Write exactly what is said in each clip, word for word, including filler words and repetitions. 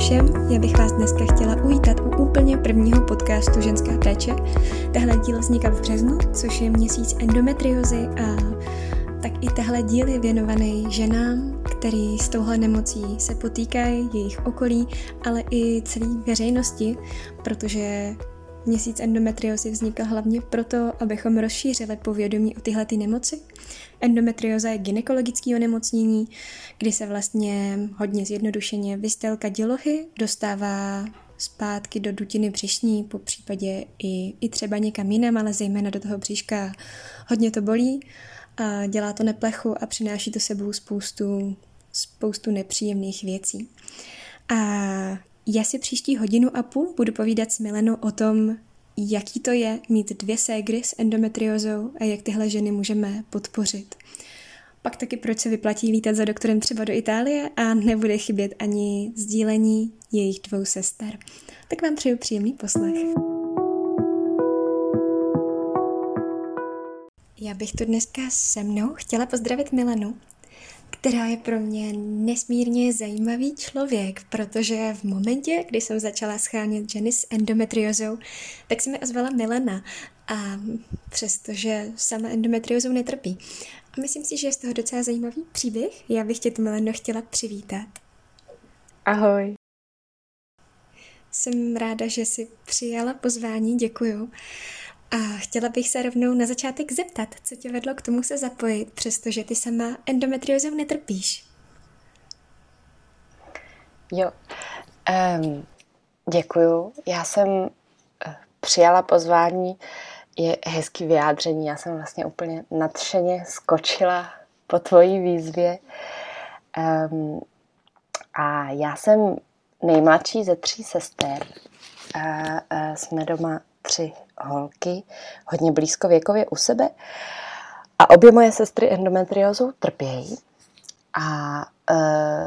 všem, já bych vás dneska chtěla uvítat u úplně prvního podcastu Ženská péče. Tahle díl vznikal v březnu, což je měsíc endometriozy a tak i tahle díl je věnovaný ženám, který s touhle nemocí se potýkají, jejich okolí, ale i celé veřejnosti, protože měsíc endometriozy vznikl hlavně proto, abychom rozšířili povědomí o tyhle ty nemoci. Endometrioza je gynekologické onemocnění, kdy se vlastně hodně zjednodušeně vystélka dělohy dostává zpátky do dutiny břišní, po případě i, i třeba někam jinam, ale zejména do toho bříška hodně to bolí. A dělá to neplechu a přináší to sebou spoustu, spoustu nepříjemných věcí. A já si příští hodinu a půl budu povídat s Milenou o tom, jaký to je mít dvě ségry s endometriózou a jak tyhle ženy můžeme podpořit. Pak taky proč se vyplatí lítat za doktorem třeba do Itálie a nebude chybět ani sdílení jejich dvou sester. Tak vám přeju příjemný poslech. Já bych tu dneska se mnou chtěla pozdravit Milenu, která je pro mě nesmírně zajímavý člověk, protože v momentě, kdy jsem začala schánět ženy s endometriózou, tak se mi ozvala Milena a přestože sama endometriózou netrpí. A myslím si, že je z toho docela zajímavý příběh. Já bych tě tu, Mileno, chtěla přivítat. Ahoj. Jsem ráda, že jsi přijala pozvání, děkuju. A chtěla bych se rovnou na začátek zeptat, co tě vedlo k tomu se zapojit, přestože ty sama endometriózou netrpíš. Jo, um, děkuju. Já jsem uh, přijala pozvání, je hezký vyjádření. Já jsem vlastně úplně nadšeně skočila po tvojí výzvě. Um, a já jsem nejmladší ze tří sester. A, a jsme doma tři holky, hodně blízko věkově u sebe. A obě moje sestry endometriózou trpějí. A e,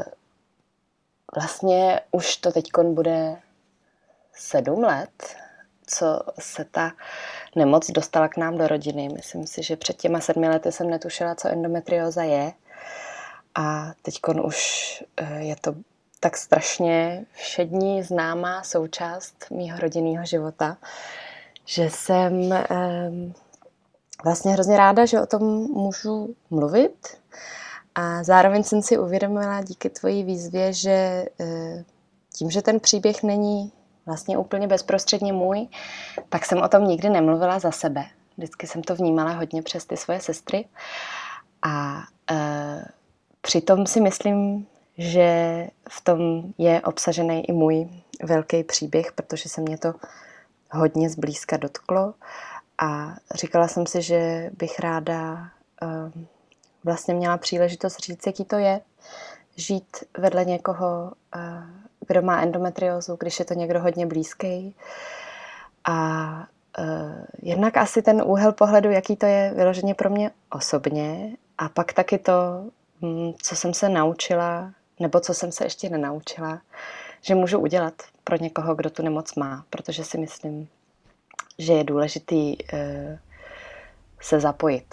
vlastně už to teďkon bude sedm let, co se ta nemoc dostala k nám do rodiny. Myslím si, že před těma sedmi lety jsem netušila, co endometrióza je. A teďkon už e, je to tak strašně všední známá součást mýho rodinného života, že jsem eh, vlastně hrozně ráda, že o tom můžu mluvit. A zároveň jsem si uvědomila díky tvojí výzvě, že eh, tím, že ten příběh není vlastně úplně bezprostředně můj, tak jsem o tom nikdy nemluvila za sebe. Vždycky jsem to vnímala hodně přes ty svoje sestry. A eh, přitom si myslím, že v tom je obsažený i můj velký příběh, protože se mě to hodně zblízka dotklo a říkala jsem si, že bych ráda uh, vlastně měla příležitost říct, jaký to je žít vedle někoho, uh, kdo má endometriózu, když je to někdo hodně blízký. A uh, jednak asi ten úhel pohledu, jaký to je vyloženě pro mě osobně, a pak taky to, um, co jsem se naučila, nebo co jsem se ještě nenaučila, že můžu udělat pro někoho, kdo tu nemoc má, protože si myslím, že je důležitý uh, se zapojit.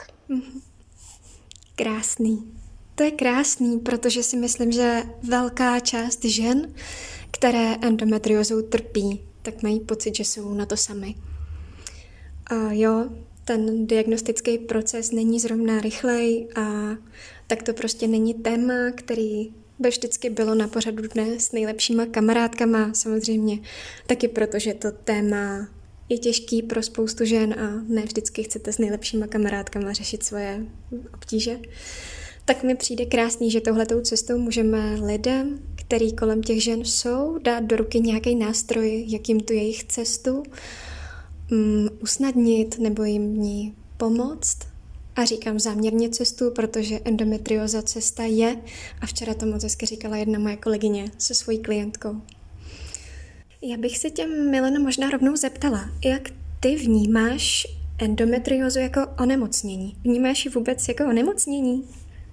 Krásný. To je krásný, protože si myslím, že velká část žen, které endometriózou trpí, tak mají pocit, že jsou na to sami. A jo, ten diagnostický proces není zrovna rychlej a tak to prostě není téma, který by vždycky bylo na pořadu dne s nejlepšíma kamarádkama, samozřejmě taky proto, že to téma je těžký pro spoustu žen a ne vždycky chcete s nejlepšíma kamarádkama řešit svoje obtíže. Tak mi přijde krásný, že touhletou cestou můžeme lidem, který kolem těch žen jsou, dát do ruky nějaký nástroj, jak jim tu jejich cestu um, usnadnit nebo jim v ní pomoct. A říkám záměrně cestu, protože endometrióza cesta je a včera to moc hezky říkala jedna moje kolegyně se svojí klientkou. Já bych se tě, Milena, možná rovnou zeptala, jak ty vnímáš endometriózu jako onemocnění? Vnímáš ji vůbec jako onemocnění?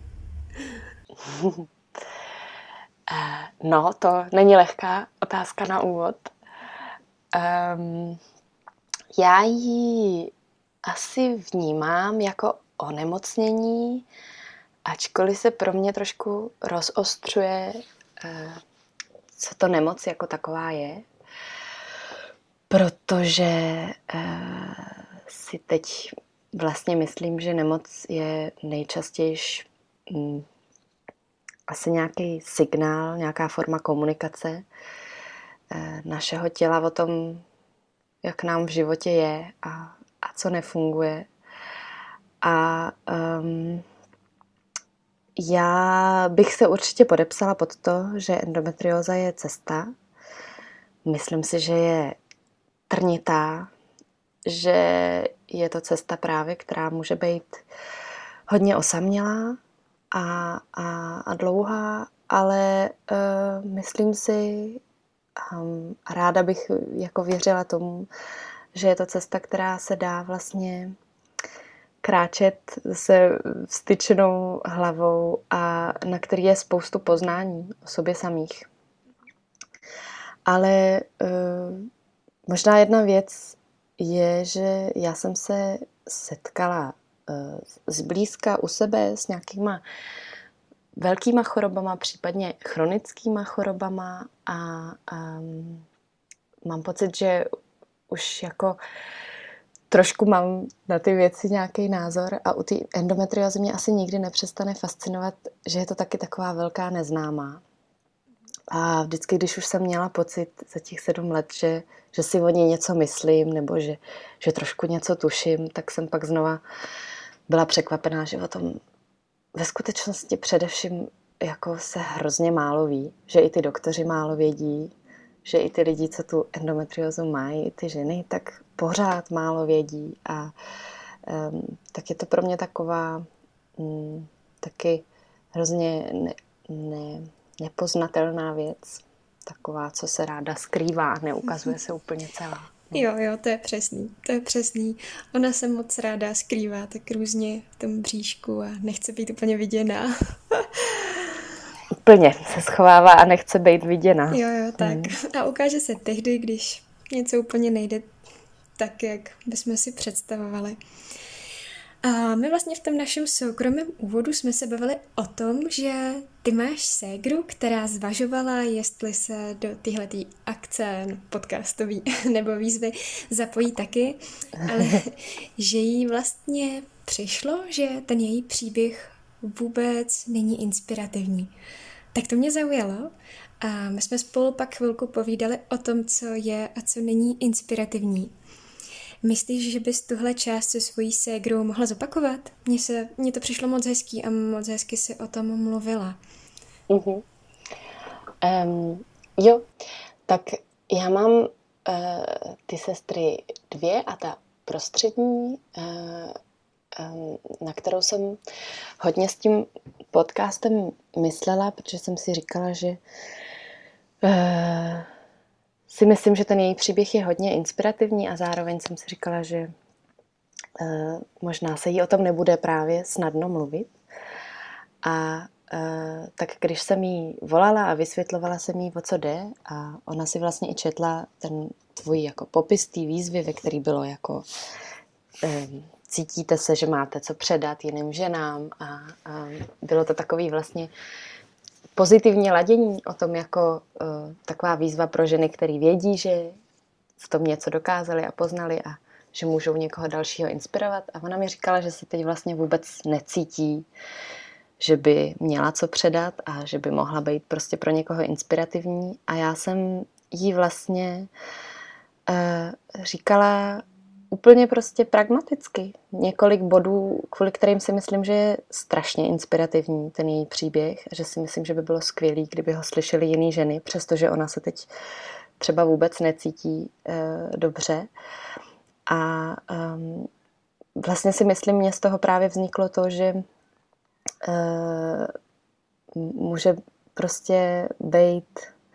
No, to není lehká otázka na úvod. Um, já ji asi vnímám jako onemocnění, ačkoliv se pro mě trošku rozostřuje, co to nemoc jako taková je, protože uh, si teď vlastně myslím, že nemoc je nejčastější um, asi nějaký signál, nějaká forma komunikace uh, našeho těla o tom, jak nám v životě je a, a co nefunguje. A um, já bych se určitě podepsala pod to, že endometrióza je cesta. Myslím si, že je trnitá, že je to cesta právě, která může být hodně osamělá a, a, a dlouhá, ale uh, myslím si, um, a ráda bych jako věřila tomu, že je to cesta, která se dá vlastně kráčet se vstyčenou hlavou a na který je spoustu poznání o sobě samých. Ale uh, možná jedna věc je, že já jsem se setkala uh, zblízka u sebe s nějakýma velkýma chorobama, případně chronickýma chorobama a um, mám pocit, že už jako trošku mám na ty věci nějaký názor a u té endometriózy mě asi nikdy nepřestane fascinovat, že je to taky taková velká neznámá. A vždycky, když už jsem měla pocit za těch sedm let, že, že si o ní něco myslím nebo že, že trošku něco tuším, tak jsem pak znova byla překvapená, že o tom ve skutečnosti především jako se hrozně málo ví, že i ty doktoři málo vědí, že i ty lidi, co tu endometriózu mají, i ty ženy, tak pořád málo vědí a um, tak je to pro mě taková um, taky hrozně ne, ne, nepoznatelná věc. Taková, co se ráda skrývá a neukazuje se úplně celá. Jo, jo, to je přesný, to je přesný. Ona se moc ráda skrývá tak různě v tom bříšku a nechce být úplně viděná. Úplně se schovává a nechce být viděna. Jo, jo, tak. Hmm. A ukáže se tehdy, když něco úplně nejde tak, jak bychom si představovali. A my vlastně v tom našem soukromém úvodu jsme se bavili o tom, že ty máš ségru, která zvažovala, jestli se do téhletý akce podcastový nebo výzvy zapojí taky, ale že jí vlastně přišlo, že ten její příběh vůbec není inspirativní. Tak to mě zaujalo a my jsme spolu pak chvilku povídali o tom, co je a co není inspirativní. Myslíš, že bys tuhle část se svojí ségrou mohla zopakovat? Mně se, mně to přišlo moc hezký a moc hezky si o tom mluvila. Uh-huh. Um, jo, tak já mám uh, ty sestry dvě a ta prostřední, uh, um, na kterou jsem hodně s tím podcastem myslela, protože jsem si říkala, že uh, si myslím, že ten její příběh je hodně inspirativní a zároveň jsem si říkala, že uh, možná se jí o tom nebude právě snadno mluvit. A uh, tak když jsem jí volala a vysvětlovala jsem jí, o co jde, a ona si vlastně i četla ten tvůj jako popis té výzvy, ve který bylo jako um, cítíte se, že máte co předat jiným ženám a, a bylo to takový vlastně pozitivní ladění o tom jako uh, taková výzva pro ženy, které vědí, že v tom něco dokázali a poznali a že můžou někoho dalšího inspirovat. A ona mi říkala, že se teď vlastně vůbec necítí, že by měla co předat a že by mohla být prostě pro někoho inspirativní. A já jsem jí vlastně uh, říkala úplně prostě pragmaticky. Několik bodů, kvůli kterým si myslím, že je strašně inspirativní ten její příběh, že si myslím, že by bylo skvělý, kdyby ho slyšely jiný ženy, přestože ona se teď třeba vůbec necítí uh, dobře. A um, vlastně si myslím, mně z toho právě vzniklo to, že uh, může prostě být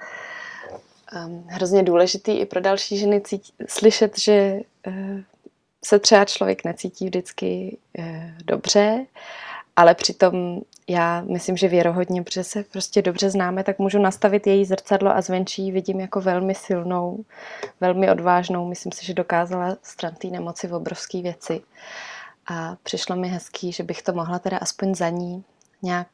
um, hrozně důležitý i pro další ženy cítí, slyšet, že uh, se třeba člověk necítí vždycky uh, dobře, ale přitom já myslím, že věrohodně, protože se prostě dobře známe, tak můžu nastavit její zrcadlo a zvenčí vidím jako velmi silnou, velmi odvážnou. Myslím si, že dokázala stran té nemoci v obrovské věci. A přišlo mi hezký, že bych to mohla teda aspoň za ní nějak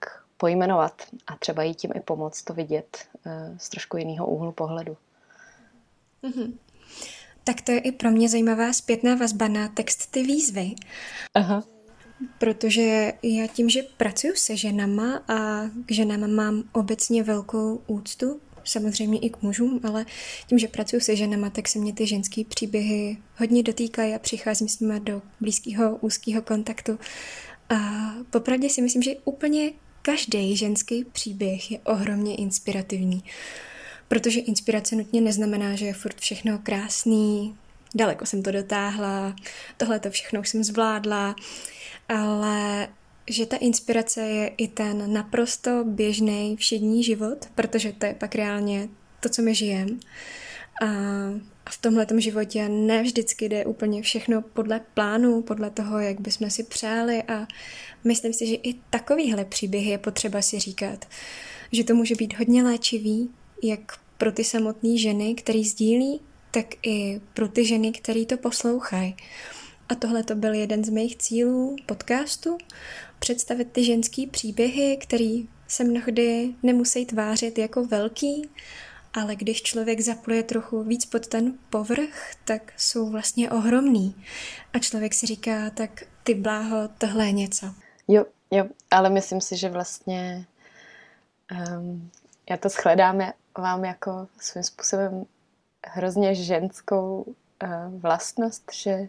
pojmenovat a třeba jí tím i pomoct to vidět z trošku jiného úhlu pohledu. Mm-hmm. Tak to je i pro mě zajímavá zpětná vazba na text ty výzvy. Aha. Protože já tím, že pracuji se ženama a k ženám mám obecně velkou úctu, samozřejmě i k mužům, ale tím, že pracuji se ženama, tak se mě ty ženský příběhy hodně dotýkají a přicházím s nimi do blízkého, úzkého kontaktu. A popravdě si myslím, že úplně každý ženský příběh je ohromně inspirativní. Protože inspirace nutně neznamená, že je furt všechno krásný, daleko jsem to dotáhla, tohle to všechno už jsem zvládla, ale že ta inspirace je i ten naprosto běžný všední život, protože to je pak reálně to, co my žijeme. A v tomhletom životě ne vždycky jde úplně všechno podle plánu, podle toho, jak bychom si přáli a myslím si, že i takovýhle příběhy je potřeba si říkat, že to může být hodně léčivý, jak pro ty samotné ženy, který sdílí, tak i pro ty ženy, který to poslouchají. A tohle to byl jeden z mých cílů podcastu, představit ty ženský příběhy, který se mnohdy nemusí tvářit jako velký, ale když člověk zapluje trochu víc pod ten povrch, tak jsou vlastně ohromný. A člověk si říká, tak ty bláho, tohle je něco. Jo, jo, ale myslím si, že vlastně um, já to shledám vám jako svým způsobem hrozně ženskou uh, vlastnost, že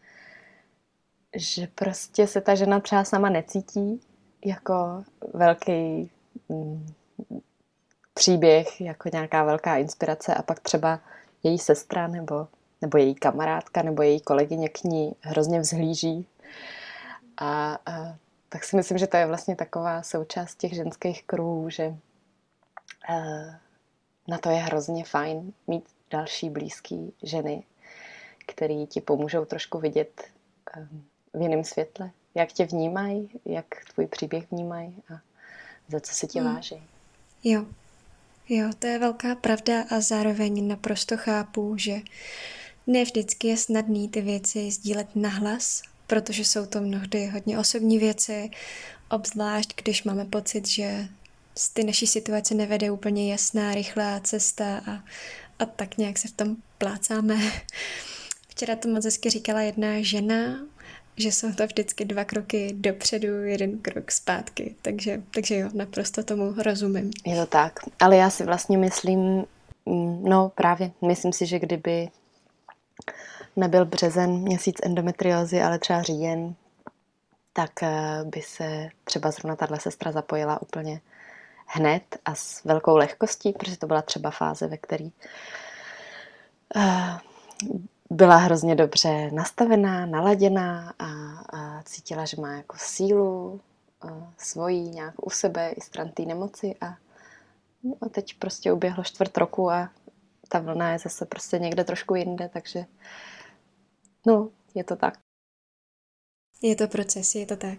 že prostě se ta žena třeba sama necítí jako velký mm, příběh, jako nějaká velká inspirace a pak třeba její sestra nebo, nebo její kamarádka nebo její kolegyně k ní hrozně vzhlíží. A, a tak si myslím, že to je vlastně taková součást těch ženských kruhů, že a, na to je hrozně fajn mít další blízký ženy, který ti pomůžou trošku vidět um, v jiném světle, jak tě vnímají, jak tvůj příběh vnímají a za co si tě hmm. váží. Jo, jo, to je velká pravda a zároveň naprosto chápu, že ne vždycky je snadný ty věci sdílet nahlas, protože jsou to mnohdy hodně osobní věci, obzvlášť když máme pocit, že z ty naší situace nevede úplně jasná, rychlá cesta a, a tak nějak se v tom plácáme. Včera to moc hezky říkala jedna žena, že jsou to vždycky dva kroky dopředu, jeden krok zpátky. Takže, takže jo, naprosto tomu rozumím. Je to tak, ale já si vlastně myslím, no právě, myslím si, že kdyby nebyl březen, měsíc endometriózy, ale třeba říjen, tak by se třeba zrovna tahle sestra zapojila úplně hned a s velkou lehkostí, protože to byla třeba fáze, ve které uh, byla hrozně dobře nastavená, naladěná a, a cítila, že má jako sílu uh, svojí nějak u sebe i stran té nemoci a, no, a teď prostě uběhlo čtvrt roku a ta vlna je zase prostě někde trošku jinde, takže no, je to tak. Je to proces, je to tak.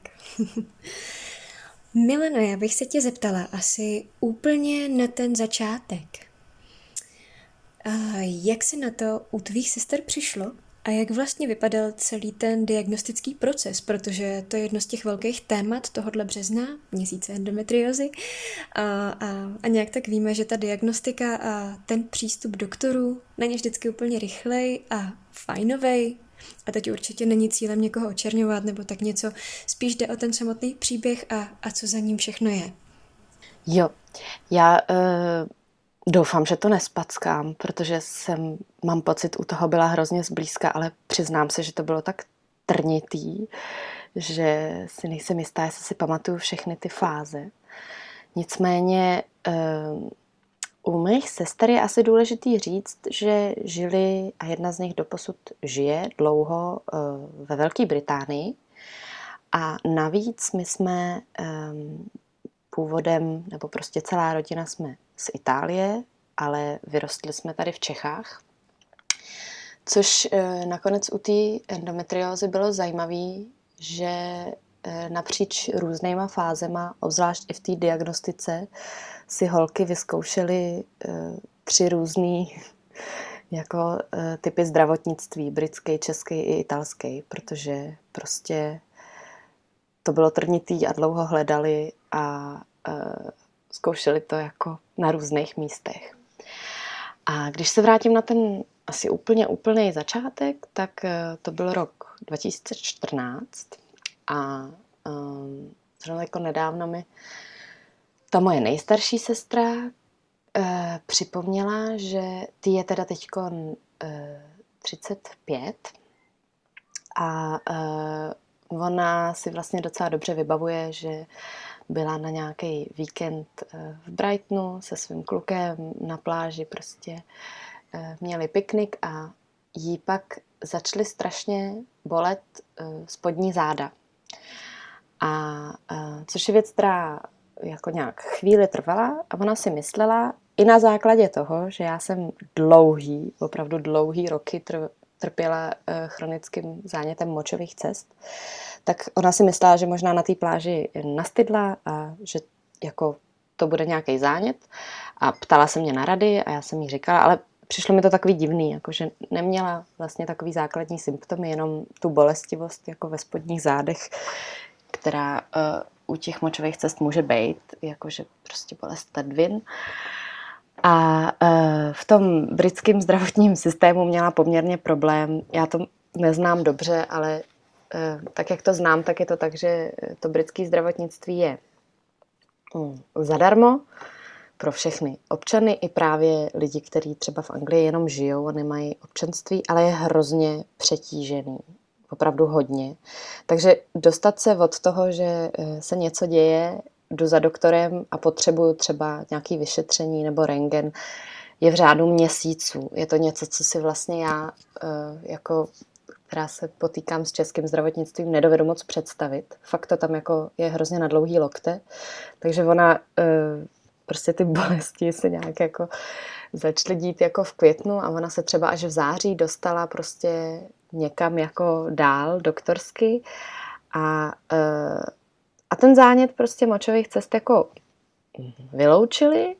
Mileno, já bych se tě zeptala asi úplně na ten začátek. A jak se na to u tvých sester přišlo a jak vlastně vypadal celý ten diagnostický proces, protože to je jedno z těch velkých témat tohohle března, měsíce endometriózy a, a, a nějak tak víme, že ta diagnostika a ten přístup doktorů není vždycky úplně rychlej a fajnovej. A teď určitě není cílem někoho očerňovat nebo tak něco, spíš jde o ten samotný příběh a, a co za ním všechno je. Jo, já uh, doufám, že to nespackám, protože jsem, mám pocit, u toho byla hrozně zblízka, ale přiznám se, že to bylo tak trnitý, že si nejsem jistá, jestli si pamatuju všechny ty fáze. Nicméně uh, u mých sester je asi důležitý říct, že žili, a jedna z nich doposud žije dlouho uh, ve Velké Británii a navíc my jsme um, původem, nebo prostě celá rodina jsme z Itálie, ale vyrostli jsme tady v Čechách, což uh, nakonec u té endometriózy bylo zajímavé, že uh, napříč různýma fázema, obzvlášť i v té diagnostice, si holky vyzkoušely uh, tři různý jako uh, typy zdravotnictví, britský, český i italský, protože prostě to bylo trnitý a dlouho hledali a, zkoušeli to jako na různých místech. A když se vrátím na ten asi úplně úplný začátek, tak to byl rok dva tisíce čtrnáct a um, zrovna jako nedávno mi ta moje nejstarší sestra uh, připomněla, že ty je teda teďko uh, třicet pět a uh, ona si vlastně docela dobře vybavuje, že byla na nějaký víkend v Brightonu se svým klukem na pláži, prostě měli piknik a jí pak začaly strašně bolet spodní záda. A což je věc, která jako nějak chvíli trvala a ona si myslela i na základě toho, že já jsem dlouhý, opravdu dlouhý roky trpěla chronickým zánětem močových cest, tak ona si myslela, že možná na té pláži nastydla a že jako to bude nějaký zánět a ptala se mě na rady a já jsem jí říkala, ale přišlo mi to takový divný, jako že neměla vlastně takový základní symptomy, jenom tu bolestivost jako ve spodních zádech, která uh, u těch močových cest může být, jakože prostě bolest ledvin. A uh, v tom britském zdravotním systému měla poměrně problém. Já to neznám dobře, ale uh, tak, jak to znám, tak je to tak, že to britské zdravotnictví je um, zadarmo pro všechny občany i právě lidi, kteří třeba v Anglii jenom žijou a nemají občanství, ale je hrozně přetížený. Opravdu hodně. Takže dostat se od toho, že se něco děje, jdu za doktorem a potřebuju třeba nějaké vyšetření nebo rentgen, je v řádu měsíců. Je to něco, co si vlastně já, jako, která se potýkám s českým zdravotnictvím, nedovedu moc představit. Fakt to tam jako je hrozně na dlouhý lokte. Takže ona, prostě ty bolesti se nějak jako začaly dít jako v květnu a ona se třeba až v září dostala prostě někam jako dál doktorsky a, a ten zánět prostě močových cest jako vyloučili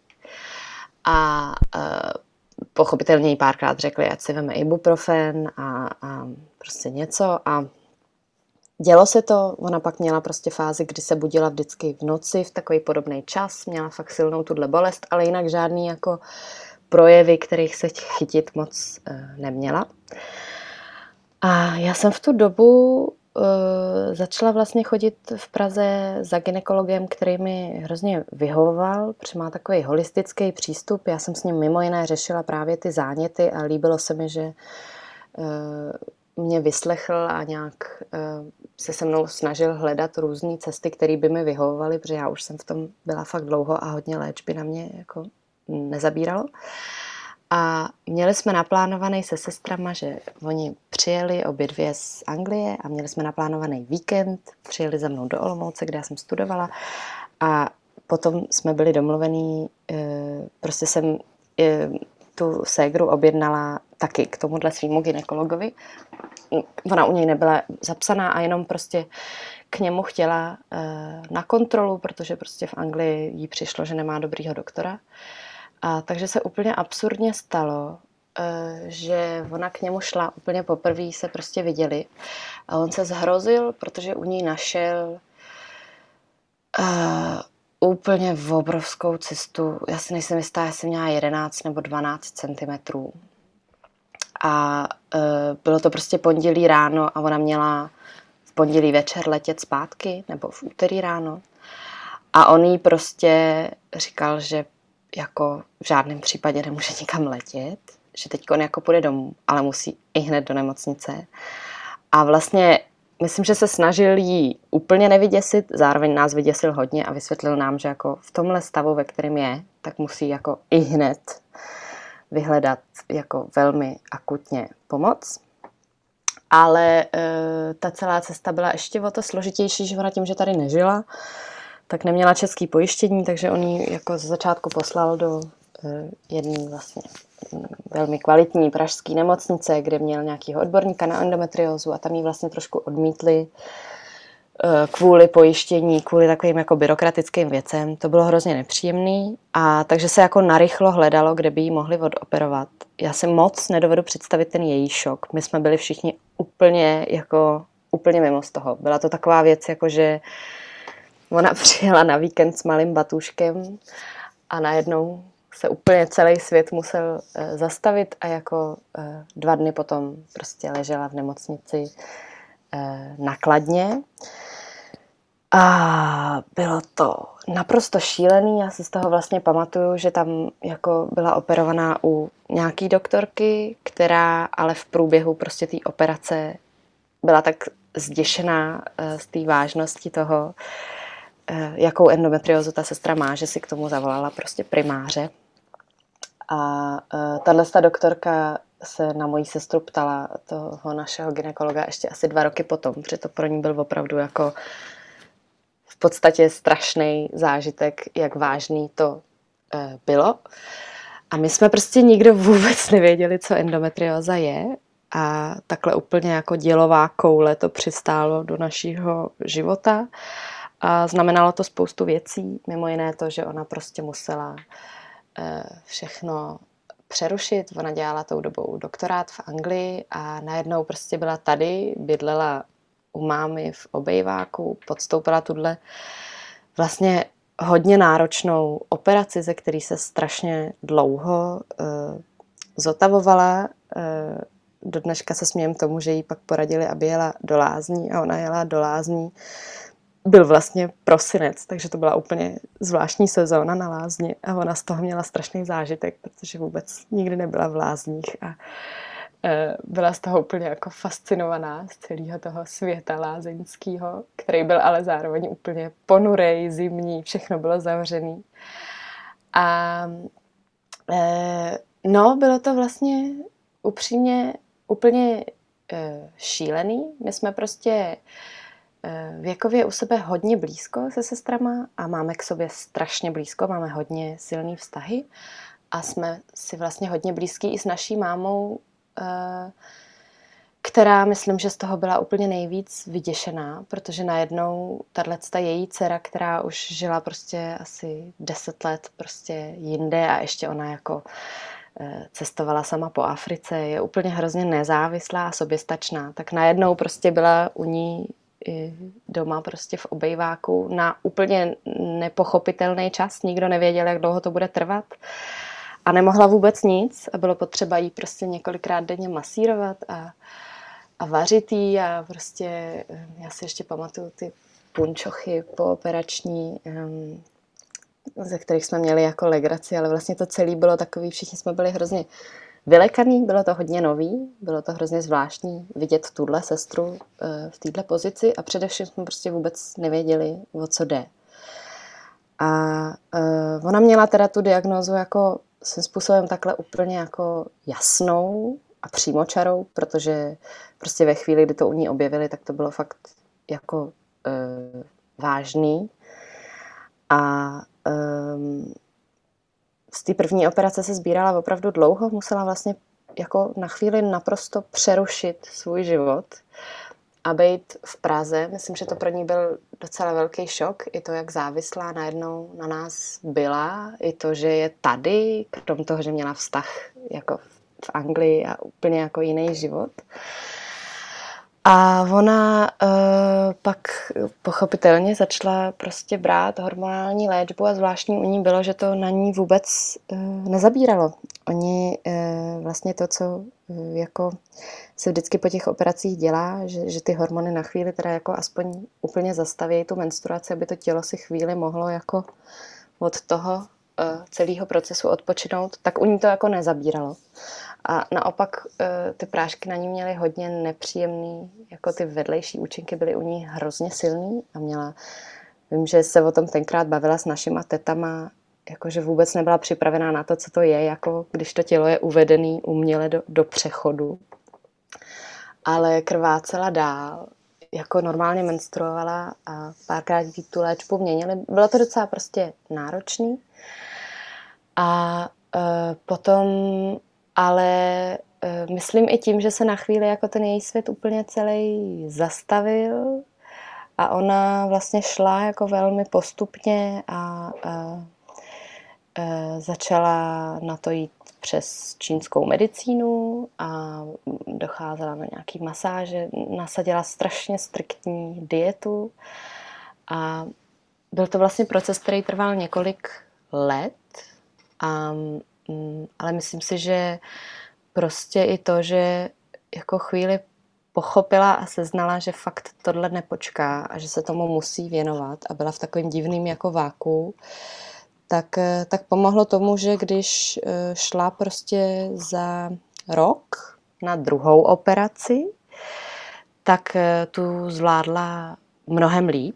a, a pochopitelně jí párkrát řekli, ať si veme ibuprofen a, a prostě něco a dělo se to, ona pak měla prostě fázi, kdy se budila vždycky v noci v takový podobný čas, měla fakt silnou tuhle bolest, ale jinak žádný jako projevy, kterých se chytit moc neměla. A já jsem v tu dobu uh, začala vlastně chodit v Praze za gynekologem, který mi hrozně vyhovoval, protože má takový holistický přístup. Já jsem s ním mimo jiné řešila právě ty záněty a líbilo se mi, že uh, mě vyslechl a nějak uh, se se mnou snažil hledat různé cesty, které by mi vyhovovaly, protože já už jsem v tom byla fakt dlouho a hodně léčby na mě jako nezabíralo. A měli jsme naplánovaný se sestrama, že oni přijeli obě dvě z Anglie a měli jsme naplánovaný víkend, přijeli za mnou do Olomouce, kde já jsem studovala a potom jsme byli domluvení, prostě jsem tu ségru objednala taky k tomuhle svýmu gynekologovi. Ona u něj nebyla zapsaná a jenom prostě k němu chtěla na kontrolu, protože prostě v Anglii jí přišlo, že nemá dobrýho doktora. A takže se úplně absurdně stalo, že ona k němu šla úplně poprvé, se prostě viděli a on se zhrozil, protože u ní našel uh, úplně obrovskou cystu. Já si nejsem jistá, jestli měla jedenáct nebo dvanáct centimetrů. A uh, bylo to prostě pondělí ráno a ona měla v pondělí večer letět zpátky nebo v úterý ráno. A on jí prostě říkal, že jako v žádném případě nemůže nikam letět, že teď on jako půjde domů, ale musí i hned do nemocnice. A vlastně myslím, že se snažil jí úplně nevyděsit, zároveň nás vyděsil hodně a vysvětlil nám, že jako v tomhle stavu, ve kterém je, tak musí jako i hned vyhledat jako velmi akutně pomoc. Ale e, ta celá cesta byla ještě o to složitější, že ona tím, že tady nežila, tak neměla český pojištění, takže on ji jako z začátku poslal do e, jedné vlastně velmi kvalitní pražské nemocnice, kde měl nějakého odborníka na endometriózu a tam ji vlastně trošku odmítli e, kvůli pojištění, kvůli takovým jako byrokratickým věcem. To bylo hrozně nepříjemný a takže se jako narychlo hledalo, kde by ji mohli odoperovat. Já si moc nedovedu představit ten její šok. My jsme byli všichni úplně jako úplně mimo z toho. Byla to taková věc, jako že ona přijela na víkend s malým batůžkem a najednou se úplně celý svět musel uh, zastavit a jako uh, dva dny potom prostě ležela v nemocnici uh, na Kladně. A bylo to naprosto šílený. Já si z toho vlastně pamatuju, že tam jako byla operovaná u nějaký doktorky, která ale v průběhu prostě té operace byla tak zděšená z té vážnosti toho, jakou endometriózu ta sestra má, že si k tomu zavolala prostě primáře. A tato doktorka se na moji sestru ptala toho našeho gynekologa ještě asi dva roky potom, protože to pro ní byl opravdu jako v podstatě strašný zážitek, jak vážný to e, bylo. A my jsme prostě nikdo vůbec nevěděli, co endometrióza je. A takhle úplně jako dělová koule to přistálo do našeho života. A znamenalo to spoustu věcí, mimo jiné to, že ona prostě musela e, všechno přerušit. Ona dělala tou dobou doktorát v Anglii a najednou prostě byla tady, bydlela u mámy v obejváku, podstoupila tuhle vlastně hodně náročnou operaci, ze který se strašně dlouho e, zotavovala. E, do dneška se smějem tomu, že jí pak poradili, aby jela do lázní a ona jela do lázní. Byl vlastně prosinec, takže to byla úplně zvláštní sezóna na lázni a ona z toho měla strašný zážitek, protože vůbec nikdy nebyla v lázních a byla z toho úplně jako fascinovaná z celého toho světa lázeňského, který byl ale zároveň úplně ponurej, zimní, všechno bylo zavřený. A e, no, bylo to vlastně upřímně úplně e, šílený. My jsme prostě e, věkově u sebe hodně blízko se sestrama a máme k sobě strašně blízko, máme hodně silný vztahy a jsme si vlastně hodně blízký i s naší mámou, která myslím, že z toho byla úplně nejvíc vyděšená, protože najednou tato její dcera, která už žila prostě asi deset let prostě jinde a ještě ona jako cestovala sama po Africe, je úplně hrozně nezávislá a soběstačná, tak najednou prostě byla u ní doma prostě v obejváku na úplně nepochopitelný čas, nikdo nevěděl, jak dlouho to bude trvat. A nemohla vůbec nic a bylo potřeba jí prostě několikrát denně masírovat a, a vařit jí a prostě, já si ještě pamatuju ty punčochy pooperační, um, ze kterých jsme měli jako legraci, ale vlastně to celé bylo takový, všichni jsme byli hrozně vylekaný, bylo to hodně nový, bylo to hrozně zvláštní vidět tuhle sestru uh, v této pozici a především jsme prostě vůbec nevěděli, o co jde. A uh, ona měla teda tu diagnózu jako svým způsobem takhle úplně jako jasnou a přímočarou, protože prostě ve chvíli, kdy to u ní objevili, tak to bylo fakt jako e, vážný. A e, z té první operace se sbírala opravdu dlouho, musela vlastně jako na chvíli naprosto přerušit svůj život a být v Praze. Myslím, že to pro ní byl docela velký šok, i to, jak závislá najednou na nás byla, i to, že je tady, krom toho, že měla vztah jako v Anglii a úplně jako jiný život. A ona uh, pak pochopitelně začala prostě brát hormonální léčbu a zvláštní u ní bylo, že to na ní vůbec uh, nezabíralo. Oni uh, vlastně to, co uh, jako se vždycky po těch operacích dělá, že, že ty hormony na chvíli teda jako aspoň úplně zastaví tu menstruaci, aby to tělo si chvíli mohlo jako od toho uh, celého procesu odpočinout, tak u ní to jako nezabíralo. A naopak ty prášky na ní měly hodně nepříjemný, jako ty vedlejší účinky byly u ní hrozně silný a měla, vím, že se o tom tenkrát bavila s našima tetama, jakože vůbec nebyla připravená na to, co to je, jako když to tělo je uvedený uměle do, do přechodu. Ale krvácela dál, jako normálně menstruovala a párkrát tu léčbu měnili. Bylo to docela prostě náročný. A e, potom ale e, myslím i tím, že se na chvíli jako ten její svět úplně celý zastavil a ona vlastně šla jako velmi postupně a e, e, začala na to jít přes čínskou medicínu a docházela na nějaký masáže, nasadila strašně striktní dietu a byl to vlastně proces, který trval několik let, a, ale myslím si, že prostě i to, že jako chvíli pochopila a seznala, že fakt tohle nepočká a že se tomu musí věnovat a byla v takovém divným jako váku, tak, tak pomohlo tomu, že když šla prostě za rok na druhou operaci, tak tu zvládla mnohem líp.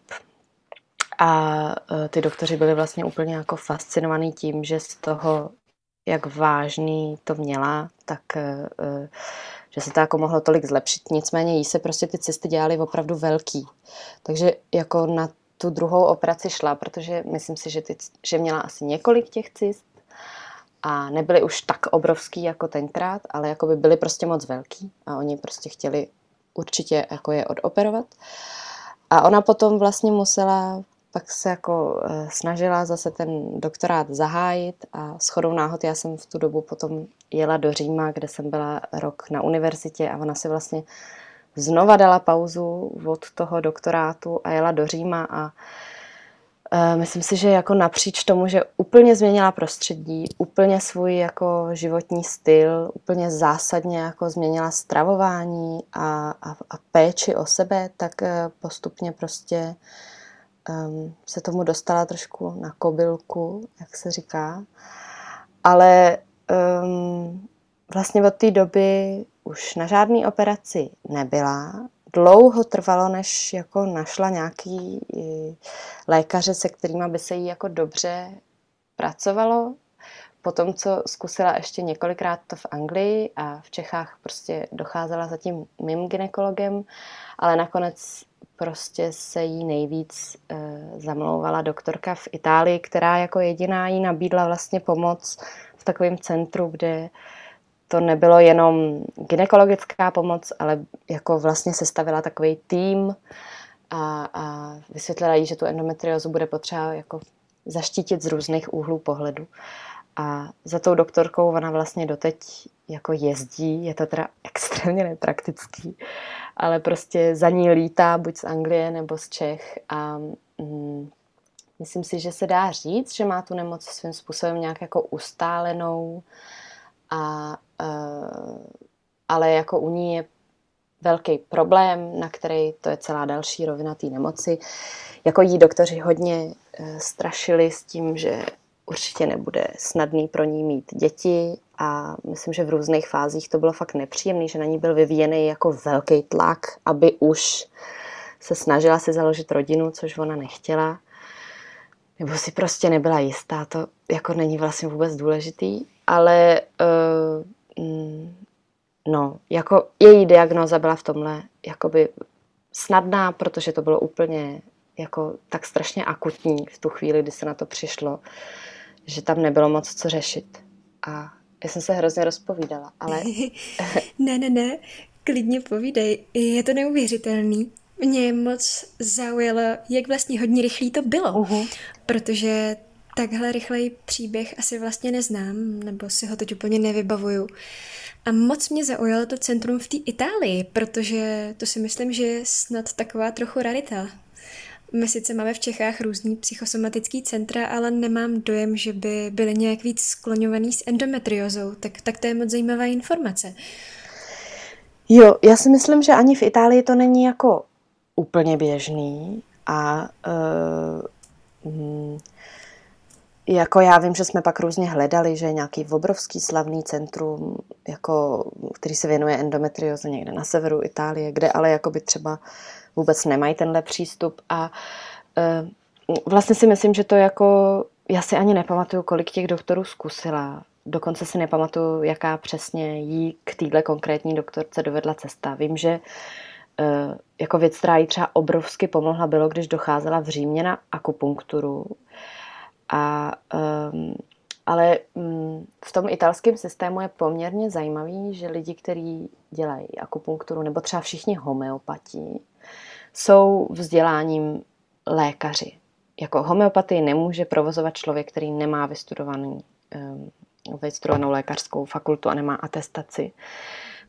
A ty doktoři byli vlastně úplně jako fascinovaní tím, že z toho, jak vážný to měla, tak že se to jako mohlo tolik zlepšit. Nicméně jí se prostě ty cysty dělaly opravdu velký. Takže jako na tu druhou operaci šla, protože myslím si, že, ty, že měla asi několik těch cyst a nebyly už tak obrovský jako tenkrát, ale jako by byly prostě moc velký a oni prostě chtěli určitě jako je odoperovat. A ona potom vlastně musela, pak se jako snažila zase ten doktorát zahájit a shodou náhod já jsem v tu dobu potom jela do Říma, kde jsem byla rok na univerzitě a ona si vlastně znova dala pauzu od toho doktorátu a jela do Říma a uh, myslím si, že jako napříč tomu, že úplně změnila prostředí, úplně svůj jako životní styl, úplně zásadně jako změnila stravování a, a, a péči o sebe, tak uh, postupně prostě um, se tomu dostala trošku na kobylku, jak se říká. Ale um, vlastně od té doby už na žádný operaci nebyla. Dlouho trvalo, než jako našla nějaký lékaře, se kterými by se jí jako dobře pracovalo. Potom, co zkusila ještě několikrát to v Anglii a v Čechách prostě docházela za tím mým gynekologem, ale nakonec prostě se jí nejvíc e, zamlouvala doktorka v Itálii, která jako jediná jí nabídla vlastně pomoc v takovém centru, kde to nebylo jenom gynekologická pomoc, ale jako vlastně sestavila takový tým a, a vysvětlila jí, že tu endometriózu bude potřeba jako zaštítit z různých úhlů pohledu. A za tou doktorkou ona vlastně doteď jako jezdí, je to teda extrémně nepraktický, ale prostě za ní lítá buď z Anglie nebo z Čech a mm, myslím si, že se dá říct, že má tu nemoc svým způsobem nějak jako ustálenou, a, uh, ale jako u ní je velký problém, na který to je celá další rovina té nemoci. Jako jí doktoři hodně uh, strašili s tím, že určitě nebude snadný pro ní mít děti a myslím, že v různých fázích to bylo fakt nepříjemný, že na ní byl vyvíjený jako velký tlak, aby už se snažila si založit rodinu, což ona nechtěla. Nebo si prostě nebyla jistá, to jako není vlastně vůbec důležitý, ale uh, mm, no, jako její diagnóza byla v tomhle jakoby snadná, protože to bylo úplně jako tak strašně akutní v tu chvíli, kdy se na to přišlo, že tam nebylo moc co řešit. A já jsem se hrozně rozpovídala, ale... ne, ne, ne, klidně povídej, je to neuvěřitelný. Mě moc zaujalo, jak vlastně hodně rychlý to bylo, uh-huh. protože takhle rychlej příběh asi vlastně neznám, nebo si ho teď úplně nevybavuju. A moc mě zaujalo to centrum v té Itálii, protože to si myslím, že je snad taková trochu rarita. My sice máme v Čechách různý psychosomatický centra, ale nemám dojem, že by byly nějak víc skloňovaný s endometriózou, tak, tak to je moc zajímavá informace. Jo, já si myslím, že ani v Itálii to není jako úplně běžný a uh, mm, jako já vím, že jsme pak různě hledali, že je nějaký obrovský slavný centrum, jako, který se věnuje endometrióze někde na severu Itálie, kde ale jakoby třeba vůbec nemají tenhle přístup a uh, vlastně si myslím, že to jako, já si ani nepamatuju, kolik těch doktorů zkusila. Dokonce si nepamatuju, jaká přesně jí k téhle konkrétní doktorce dovedla cesta. Vím, že uh, jako věc, která jí třeba obrovsky pomohla, bylo, když docházela v Římě na akupunkturu. A, um, ale um, v tom italském systému je poměrně zajímavý, že lidi, kteří dělají akupunkturu, nebo třeba všichni homeopati, jsou vzděláním lékaři. Jako homeopatii nemůže provozovat člověk, který nemá vystudovaný, um, vystudovanou lékařskou fakultu a nemá atestaci.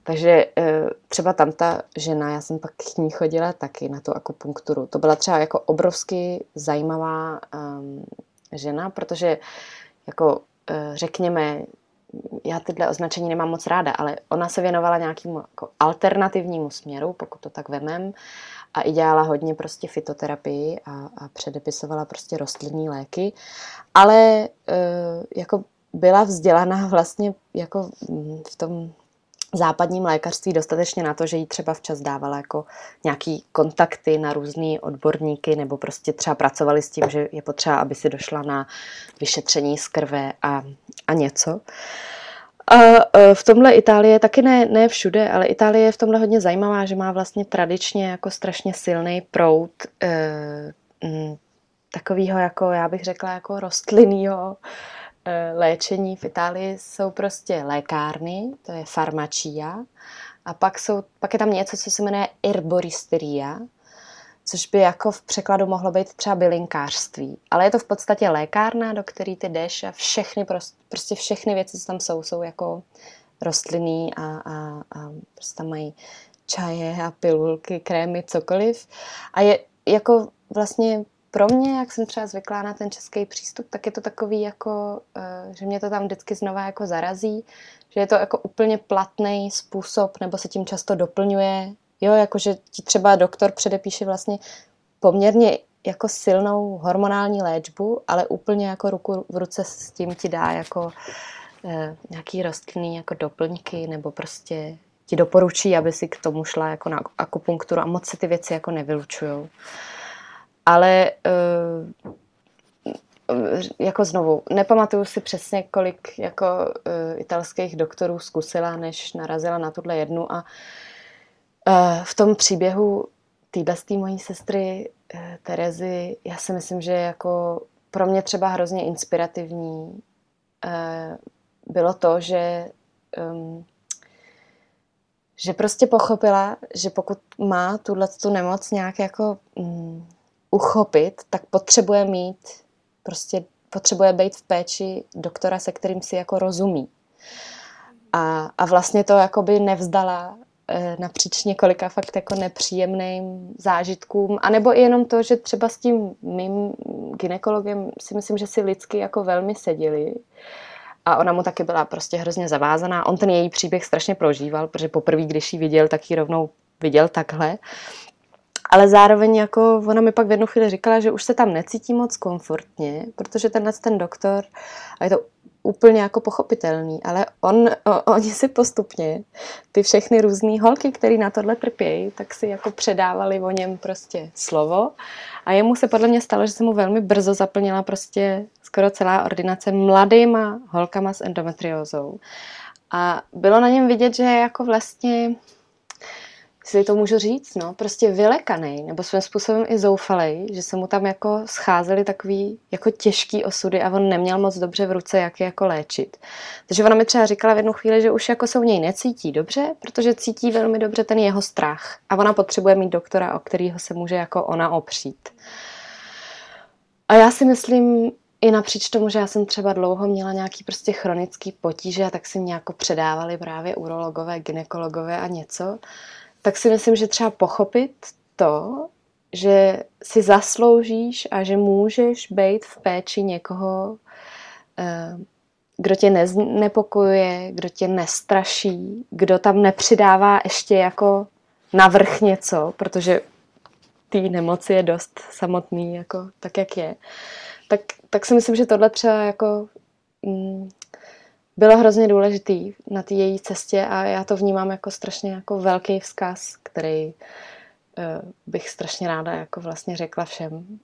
Takže třeba tam ta žena, já jsem pak k ní chodila taky na tu akupunkturu. To byla třeba jako obrovsky zajímavá um, žena, protože jako uh, řekněme, já tyhle označení nemám moc ráda, ale ona se věnovala nějakému jako alternativnímu směru, pokud to tak vemem, a i dělala hodně prostě fytoterapii a, a předepisovala prostě rostlinní léky, ale uh, jako byla vzdělaná vlastně jako v tom západním lékařství dostatečně na to, že jí třeba včas dávala jako nějaký kontakty na různý odborníky nebo prostě třeba pracovali s tím, že je potřeba, aby si došla na vyšetření z krve a, a něco. A v tomhle Itálie, taky ne, ne všude, ale Itálie je v tomhle hodně zajímavá, že má vlastně tradičně jako strašně silný proud eh, m, takovýho jako, já bych řekla, jako rostlinnýho léčení. V Itálii jsou prostě lékárny, to je farmacia, a pak, jsou, pak je tam něco, co se jmenuje herboristeria, což by jako v překladu mohlo být třeba bylinkářství. Ale je to v podstatě lékárna, do které ty jdeš a všechny, prostě všechny věci, co tam jsou, jsou jako rostlinný a, a, a prostě tam mají čaje a pilulky, krémy, cokoliv. A je jako vlastně pro mě, jak jsem třeba zvyklá na ten český přístup, tak je to takový jako, že mě to tam vždycky znova jako zarazí, že je to jako úplně platný způsob, nebo se tím často doplňuje. Jo, jakože ti třeba doktor předepíše vlastně poměrně jako silnou hormonální léčbu, ale úplně jako ruku v ruce s tím ti dá jako eh, nějaký rostlinný jako doplňky, nebo prostě ti doporučí, aby si k tomu šla jako na akupunkturu, a moc se ty věci jako nevylučujou. Ale uh, jako znovu, nepamatuju si přesně, kolik jako uh, italských doktorů zkusila, než narazila na tuhle jednu, a uh, v tom příběhu téhle mojí sestry uh, Terezy, já si myslím, že jako pro mě třeba hrozně inspirativní uh, bylo to, že um, že prostě pochopila, že pokud má tuhletu nemoc nějak jako um, uchopit, tak potřebuje mít, prostě potřebuje být v péči doktora, se kterým si jako rozumí. A, a vlastně to jakoby nevzdala e, napříč několika fakt jako nepříjemným zážitkům, anebo i jenom to, že třeba s tím mým gynekologem si myslím, že si lidsky jako velmi seděli. A ona mu taky byla prostě hrozně zavázaná. On ten její příběh strašně prožíval, protože poprvé, když ji viděl, tak ji rovnou viděl takhle. Ale zároveň jako ona mi pak v jednu chvíli říkala, že už se tam necítí moc komfortně, protože tenhle ten doktor, a je to úplně jako pochopitelný, ale on, o, oni si postupně, ty všechny různý holky, které na tohle trpějí, tak si jako předávali o něm prostě slovo, a jemu se podle mě stalo, že se mu velmi brzo zaplnila prostě skoro celá ordinace mladýma holkama s endometriózou. A bylo na něm vidět, že je jako vlastně, si to můžu říct, no, prostě vylekanej, nebo svým způsobem i zoufalej, že se mu tam jako scházely takový jako těžký osudy a on neměl moc dobře v ruce, jak je jako léčit. Takže ona mi třeba říkala v jednu chvíli, že už jako se u něj necítí dobře, protože cítí velmi dobře ten jeho strach a ona potřebuje mít doktora, o kterého se může jako ona opřít. A já si myslím, i napříč tomu, že já jsem třeba dlouho měla nějaký prostě chronický potíže, a tak si mě jako předávali právě urologové, gynekologové a něco, tak si myslím, že třeba pochopit to, že si zasloužíš a že můžeš být v péči někoho, kdo tě nepokojuje, kdo tě nestraší, kdo tam nepřidává ještě jako navrch něco, protože té nemoci je dost samotný, jako tak, jak je. Tak, tak si myslím, že tohle třeba jako mm, bylo hrozně důležitý na té její cestě, a já to vnímám jako strašně jako velký vzkaz, který uh, bych strašně ráda jako vlastně řekla všem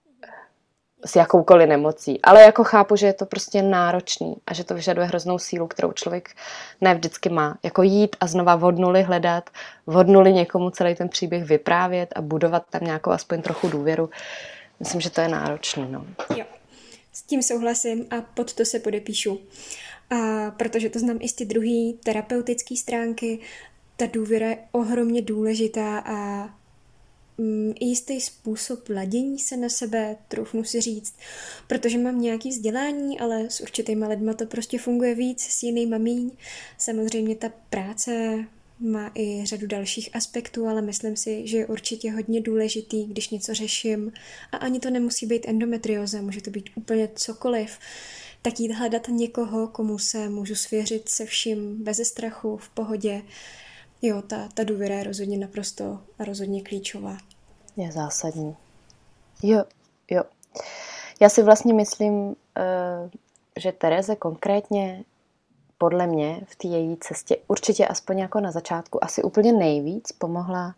s jakoukoliv nemocí. Ale jako chápu, že je to prostě náročný a že to vyžaduje hroznou sílu, kterou člověk ne vždycky má. Jako jít a znova od nuly hledat, od nuly někomu celý ten příběh vyprávět a budovat tam nějakou aspoň trochu důvěru. Myslím, že to je náročný. No. Jo, s tím souhlasím a pod to se podepíšu. A protože to znám i z ty druhý terapeutické stránky, ta důvěra je ohromně důležitá a mm, jistý způsob ladění se na sebe, troufnu si říct, protože mám nějaký vzdělání, ale s určitýma lidma to prostě funguje víc, s jinýma míň. Samozřejmě ta práce má i řadu dalších aspektů, ale myslím si, že je určitě hodně důležitý, když něco řeším a ani to nemusí být endometrioza, může to být úplně cokoliv, tak jít hledat někoho, komu se můžu svěřit se vším beze strachu, v pohodě. Jo, ta, ta důvěra je rozhodně naprosto a rozhodně klíčová. Je zásadní. Jo, jo. Já si vlastně myslím, že Tereze konkrétně podle mě v té její cestě určitě aspoň jako na začátku asi úplně nejvíc pomohla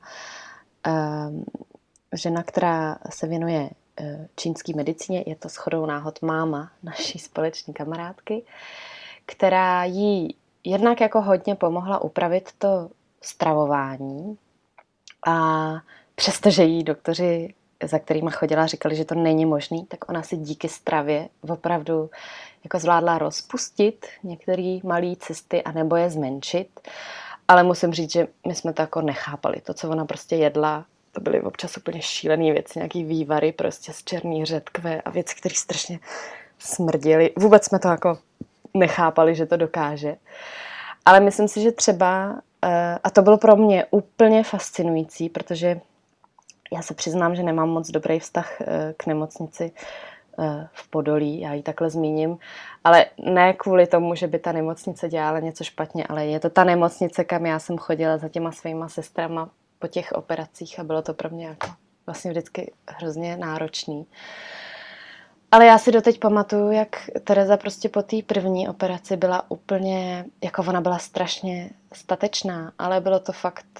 žena, která se věnuje čínské medicíně, je to shodou náhod máma naší společní kamarádky, která jí jednak jako hodně pomohla upravit to stravování a přestože jí doktoři, za kterýma chodila, říkali, že to není možný, tak ona si díky stravě opravdu jako zvládla rozpustit některé malé cysty a nebo je zmenšit. Ale musím říct, že my jsme to jako nechápali. To, co ona prostě jedla, to byly občas úplně šílené věci, nějaký vývary prostě z černý řetkve a věci, které strašně smrděly. Vůbec jsme to jako nechápali, že to dokáže. Ale myslím si, že třeba, a to bylo pro mě úplně fascinující, protože já se přiznám, že nemám moc dobrý vztah k nemocnici v Podolí, já ji takhle zmíním, ale ne kvůli tomu, že by ta nemocnice dělala něco špatně, ale je to ta nemocnice, kam já jsem chodila za těma svýma sestrama po těch operacích a bylo to pro mě jako vlastně vždycky hrozně náročný. Ale já si doteď pamatuju, jak Tereza prostě po té první operaci byla úplně, jako ona byla strašně statečná, ale bylo to fakt,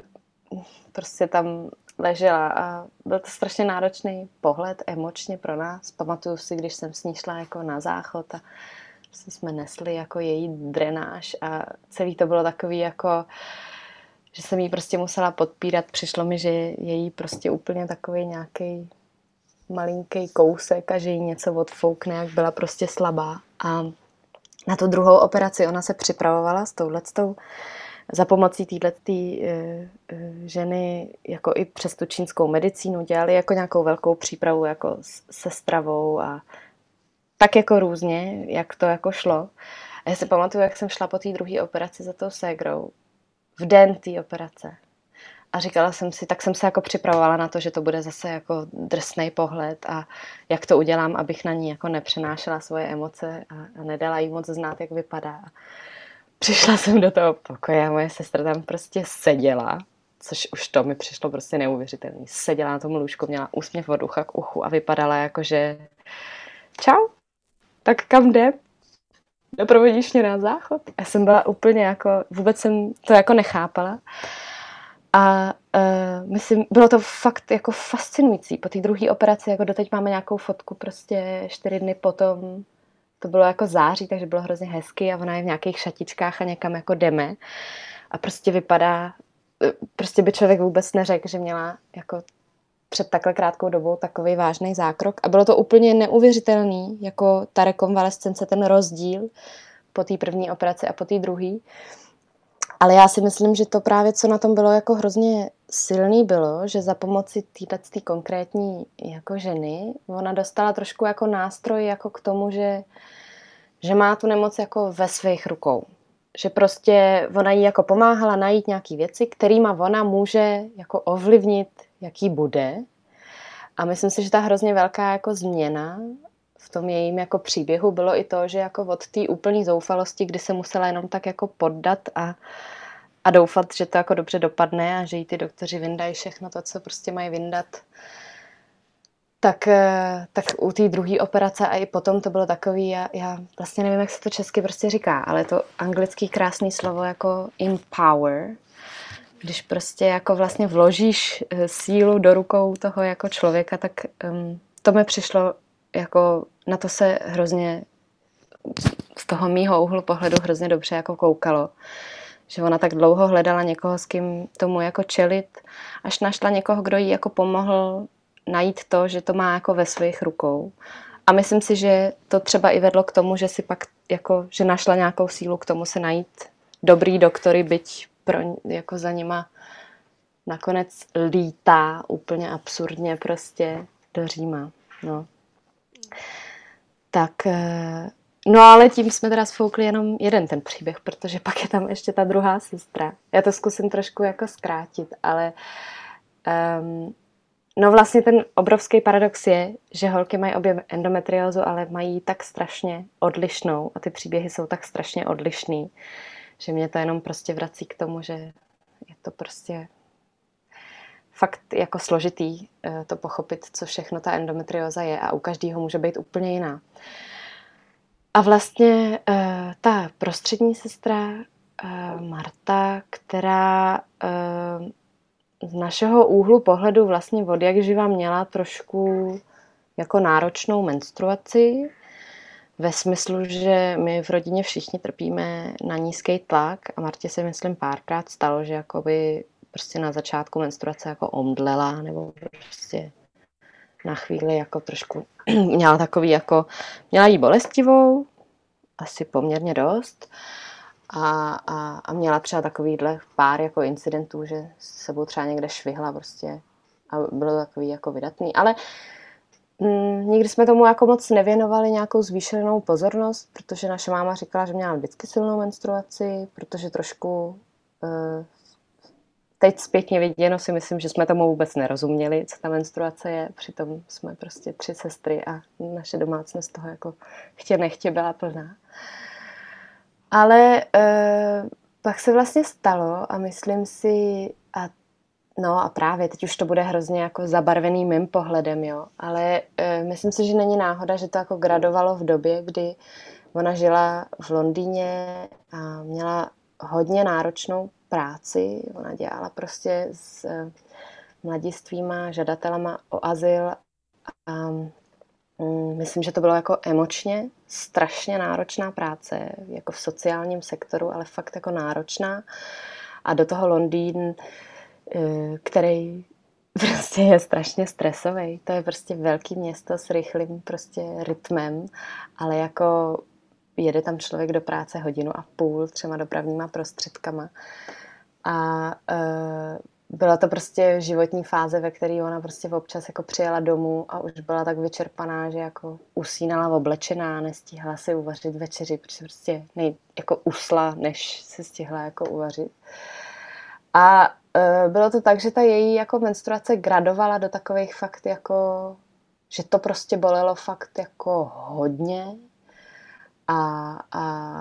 prostě tam ležela a byl to strašně náročný pohled emočně pro nás. Pamatuju si, když jsem s ní šla jako na záchod a prostě jsme nesli jako její drenáž a celý to bylo takový jako, že jsem jí prostě musela podpírat. Přišlo mi, že je jí prostě úplně takový nějaký malinký kousek a že jí něco odfoukne, jak byla prostě slabá. A na tu druhou operaci ona se připravovala s touhletou za pomocí této ženy jako i přes tu čínskou medicínu dělali jako nějakou velkou přípravu jako se stravou a tak jako různě, jak to jako šlo. A já si pamatuju, jak jsem šla po té druhé operaci za tou ségrou v den té operace. A říkala jsem si, tak jsem se jako připravovala na to, že to bude zase jako drsnej pohled a jak to udělám, abych na ní jako nepřenášela svoje emoce a, a nedala jí moc znát, jak vypadá. Přišla jsem do toho pokoje a moje sestra tam prostě seděla, což už to mi přišlo prostě neuvěřitelné. Seděla na tom lůžku, měla úsměv od ucha k uchu a vypadala jako, že čau, tak kam jdem? Doprovodíš mě na záchod? Já jsem byla úplně jako, vůbec jsem to jako nechápala. A uh, myslím, bylo to fakt jako fascinující. Po té druhé operaci, jako doteď máme nějakou fotku prostě čtyři dny potom, to bylo jako září, takže bylo hrozně hezky a ona je v nějakých šatičkách a někam jako jdeme. A prostě vypadá, prostě by člověk vůbec neřekl, že měla jako před takhle krátkou dobou takový vážný zákrok. A bylo to úplně neuvěřitelný, jako ta rekonvalescence, ten rozdíl po té první operaci a po té druhé. Ale já si myslím, že to právě, co na tom bylo jako hrozně silný, bylo, že za pomoci této konkrétní jako ženy, ona dostala trošku jako nástroj jako k tomu, že, že má tu nemoc jako ve svých rukou. Že prostě ona jí jako pomáhala najít nějaký věci, kterýma ona může jako ovlivnit, jaký bude. A myslím si, že ta hrozně velká jako změna v tom jejím jako příběhu bylo i to, že jako od té úplné zoufalosti, kdy se musela jenom tak jako poddat a, a doufat, že to jako dobře dopadne a že jí ty doktoři vyndají všechno to, co prostě mají vyndat, tak, tak u té druhé operace a i potom to bylo takový, já, já vlastně nevím, jak se to česky prostě říká, ale to anglický krásný slovo jako empower, když prostě jako vlastně vložíš sílu do rukou toho jako člověka, tak um, to mi přišlo jako na to se hrozně z toho mýho úhlu pohledu hrozně dobře jako koukalo. Že ona tak dlouho hledala někoho, s kým tomu jako čelit, až našla někoho, kdo jí jako pomohl najít to, že to má jako ve svých rukou. A myslím si, že to třeba i vedlo k tomu, že si pak jako, že našla nějakou sílu k tomu se najít dobrý doktory, byť pro, jako za nima nakonec lítá úplně absurdně prostě do Říma. No. Tak no ale tím jsme teda sfoukli jenom jeden ten příběh, protože pak je tam ještě ta druhá sestra. Já to zkusím trošku jako zkrátit, ale um, no vlastně ten obrovský paradox je, že holky mají obě endometriózu, ale mají tak strašně odlišnou a ty příběhy jsou tak strašně odlišný, že mě to jenom prostě vrací k tomu, že je to prostě fakt jako složitý to pochopit, co všechno ta endometrióza je a u každého může být úplně jiná. A vlastně ta prostřední sestra Marta, která z našeho úhlu pohledu vlastně od jak živa měla trošku jako náročnou menstruaci, ve smyslu, že my v rodině všichni trpíme na nízký tlak a Martě se myslím párkrát stalo, že jakoby prostě na začátku menstruace jako omdlela nebo prostě na chvíli jako trošku měla takový jako, měla jí bolestivou, asi poměrně dost a, a, a měla třeba takovýhle pár jako incidentů, že s sebou třeba někde švihla prostě a bylo to takový jako vydatný, ale mm, nikdy jsme tomu jako moc nevěnovali nějakou zvýšenou pozornost, protože naše máma říkala, že měla vždycky silnou menstruaci, protože trošku uh, teď zpětně viděno si myslím, že jsme tomu vůbec nerozuměli, co ta menstruace je. Přitom jsme prostě tři sestry a naše domácnost toho jako chtě nechtě byla plná. Ale e, pak se vlastně stalo a myslím si, a, no a právě teď už to bude hrozně jako zabarvený mým pohledem, jo, ale e, myslím si, že není náhoda, že to jako gradovalo v době, kdy ona žila v Londýně a měla hodně náročnou práci. Ona dělala prostě s mladistvíma, žadatelama o azyl a myslím, že to bylo jako emočně strašně náročná práce, jako v sociálním sektoru, ale fakt jako náročná. A do toho Londýn, který prostě je strašně stresový. To je prostě velký město s rychlým prostě rytmem, ale jako jede tam člověk do práce hodinu a půl, třema dopravníma prostředkama. A e, byla to prostě životní fáze, ve které ona prostě občas jako přijela domů a už byla tak vyčerpaná, že jako usínala oblečená, nestíhla si uvařit večeři, protože prostě nej, jako usla, než se stihla jako uvařit. A e, bylo to tak, že ta její jako menstruace gradovala do takových fakt jako, že to prostě bolelo fakt jako hodně. A, a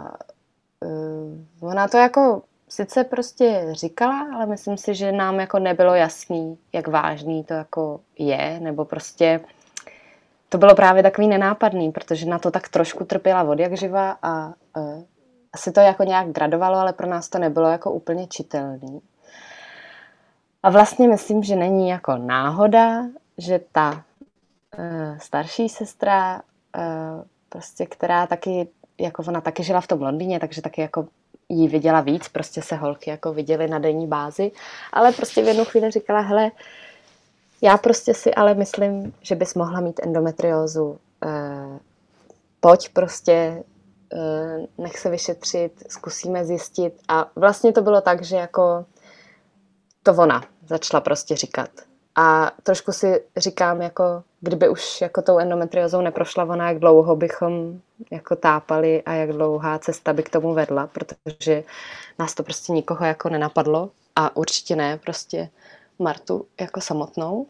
uh, ona to jako sice prostě říkala, ale myslím si, že nám jako nebylo jasný, jak vážný to jako je, nebo prostě to bylo právě takový nenápadný, protože na to tak trošku trpěla od jak živa a uh, asi to jako nějak gradovalo, ale pro nás to nebylo jako úplně čitelný. A vlastně myslím, že není jako náhoda, že ta uh, starší sestra uh, prostě, která taky, jako ona taky žila v tom Londýně, takže taky jako jí viděla víc, prostě se holky jako viděly na denní bázi, ale prostě v jednu chvíli říkala, hele, já prostě si ale myslím, že bys mohla mít endometriózu, eh, pojď prostě, eh, nech se vyšetřit, zkusíme zjistit a vlastně to bylo tak, že jako to ona začala prostě říkat. A trošku si říkám, jako kdyby už jako tou endometriózou neprošla ona, jak dlouho bychom jako tápali a jak dlouhá cesta by k tomu vedla, protože nás to prostě nikoho jako nenapadlo a určitě ne prostě Martu jako samotnou.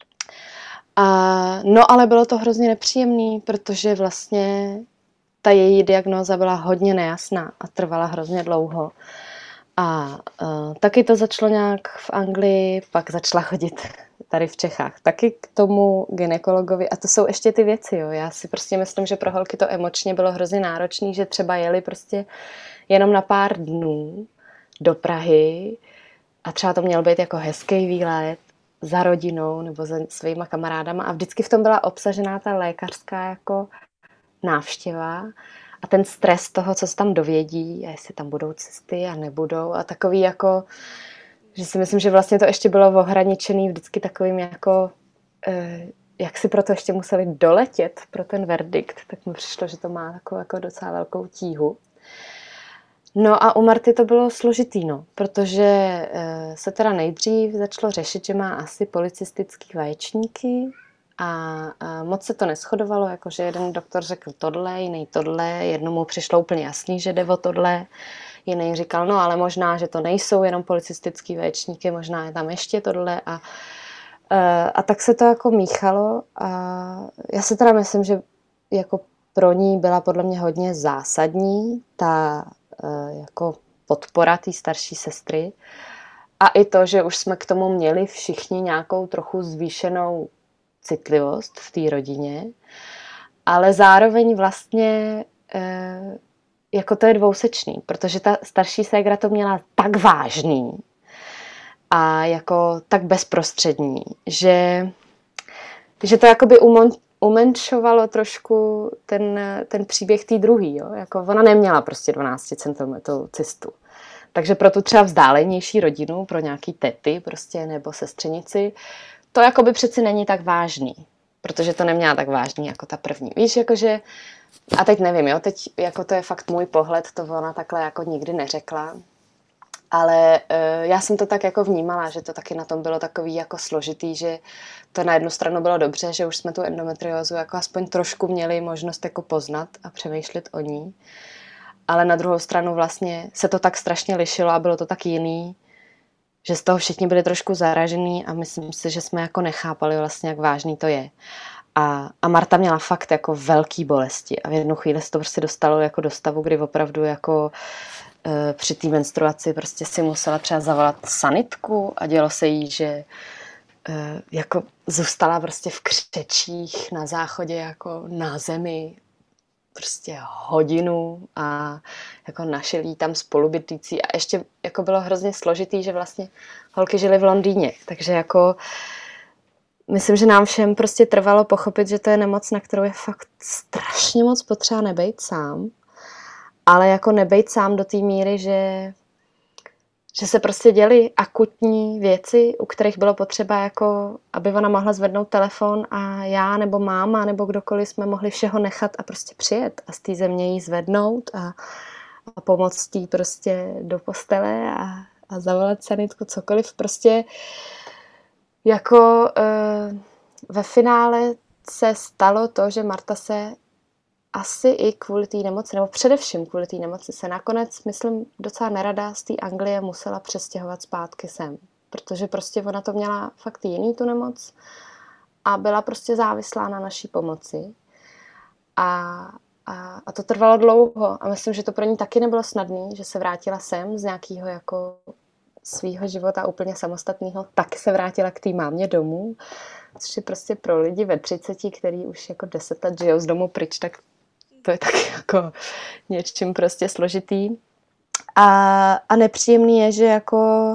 A, no ale bylo to hrozně nepříjemný, protože vlastně ta její diagnóza byla hodně nejasná a trvala hrozně dlouho. A uh, taky to začalo nějak v Anglii, pak začala chodit tady v Čechách. Taky k tomu gynekologovi. A to jsou ještě ty věci, jo. Já si prostě myslím, že pro holky to emočně bylo hrozně náročné, že třeba jeli prostě jenom na pár dnů do Prahy a třeba to měl být jako hezký výlet za rodinou nebo za svýma kamarádama a vždycky v tom byla obsažená ta lékařská jako návštěva a ten stres toho, co se tam dovědí a jestli tam budou cysty a nebudou a takový jako, že si myslím, že vlastně to ještě bylo ohraničený vždycky takovým jako, eh, jak si proto ještě museli doletět pro ten verdikt, tak mi přišlo, že to má takovou jako docela velkou tíhu. No a u Marty to bylo složitý, no, protože eh, se teda nejdřív začalo řešit, že má asi polycystický vaječníky a, a moc se to neshodovalo, jakože jeden doktor řekl tohle, jiný tohle, jednomu přišlo úplně jasný, že jde o tohle, jiný říkal, no ale možná, že to nejsou jenom policistický vaječníky, možná je tam ještě tohle a, a, a tak se to jako míchalo a já si teda myslím, že jako pro ní byla podle mě hodně zásadní ta jako podpora té starší sestry a i to, že už jsme k tomu měli všichni nějakou trochu zvýšenou citlivost v té rodině, ale zároveň vlastně jako to je dvousečný, protože ta starší ségra to měla tak vážný a jako tak bezprostřední, že, že to jakoby umon, umenšovalo trošku ten, ten příběh té druhý. Jo? Jako ona neměla prostě dvanáct centimetrů cystu. Takže pro tu třeba vzdálenější rodinu, pro nějaký tety prostě nebo sestřenici, to jakoby přeci není tak vážný, protože to neměla tak vážný jako ta první. Víš, jakože, a teď nevím, jo, teď jako to je fakt můj pohled, to ona takhle jako nikdy neřekla, ale e, já jsem to tak jako vnímala, že to taky na tom bylo takový jako složitý, že to na jednu stranu bylo dobře, že už jsme tu endometriózu jako aspoň trošku měli možnost jako poznat a přemýšlet o ní, ale na druhou stranu vlastně se to tak strašně lišilo a bylo to tak jiný, že z toho všichni byli trošku zaražení a myslím si, že jsme jako nechápali vlastně, jak vážný to je. A, a Marta měla fakt jako velký bolesti a v jednu chvíli se to prostě dostalo jako do stavu, kdy opravdu jako e, při té menstruaci prostě si musela třeba zavolat sanitku a dělo se jí, že e, jako zůstala prostě v křečích na záchodě jako na zemi prostě hodinu a jako našel jí tam spolubydlící a ještě jako bylo hrozně složitý, že vlastně holky žily v Londýně, takže jako myslím, že nám všem prostě trvalo pochopit, že to je nemoc, na kterou je fakt strašně moc potřeba nebejt sám, ale jako nebejt sám do té míry, že, že se prostě děly akutní věci, u kterých bylo potřeba, jako, aby ona mohla zvednout telefon a já nebo máma nebo kdokoliv jsme mohli všeho nechat a prostě přijet a z té země jí zvednout a, a pomoct jí prostě do postele a, a zavolat sanitku, cokoliv. Prostě jako e, ve finále se stalo to, že Marta se asi i kvůli té nemoci, nebo především kvůli té nemoci se nakonec, myslím, docela nerada z té Anglie musela přestěhovat zpátky sem. Protože prostě ona to měla fakt jiný tu nemoc a byla prostě závislá na naší pomoci. A, a, a to trvalo dlouho a myslím, že to pro ní taky nebylo snadné, že se vrátila sem z nějakého jako svýho života úplně samostatného, taky se vrátila k té mámě domů, což je prostě pro lidi ve třiceti, který už jako deset let žijou z domu pryč, tak to je taky jako něčím prostě složitý. A, a nepříjemný je, že jako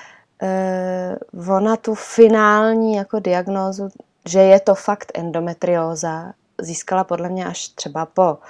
eh, ona tu finální jako diagnózu, že je to fakt endometrióza, získala podle mě až třeba po,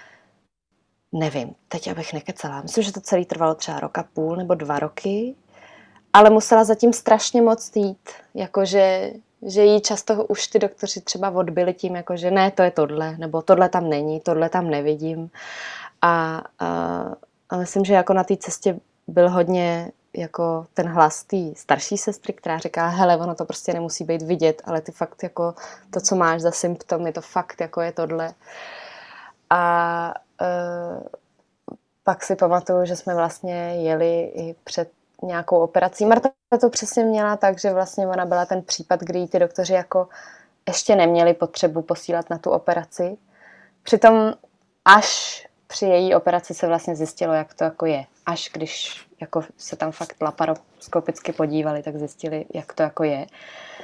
nevím, teď abych nekecala, myslím, že to celý trvalo třeba rok a půl nebo dva roky, ale musela zatím strašně moc jít, jakože že jí často už ty doktoři třeba odbyli tím, jako že ne, to je tohle, nebo tohle tam není, tohle tam nevidím. A, a, a myslím, že jako na té cestě byl hodně jako ten hlas té starší sestry, která říká, hele, ono to prostě nemusí být vidět, ale ty fakt jako to, co máš za symptomy, to fakt jako je tohle. A e, pak si pamatuju, že jsme vlastně jeli i před nějakou operací. Marta to přesně měla tak, že vlastně ona byla ten případ, kdy ty doktoři jako ještě neměli potřebu posílat na tu operaci. Přitom až při její operaci se vlastně zjistilo, jak to jako je. Až když jako se tam fakt laparoskopicky podívali, tak zjistili, jak to jako je.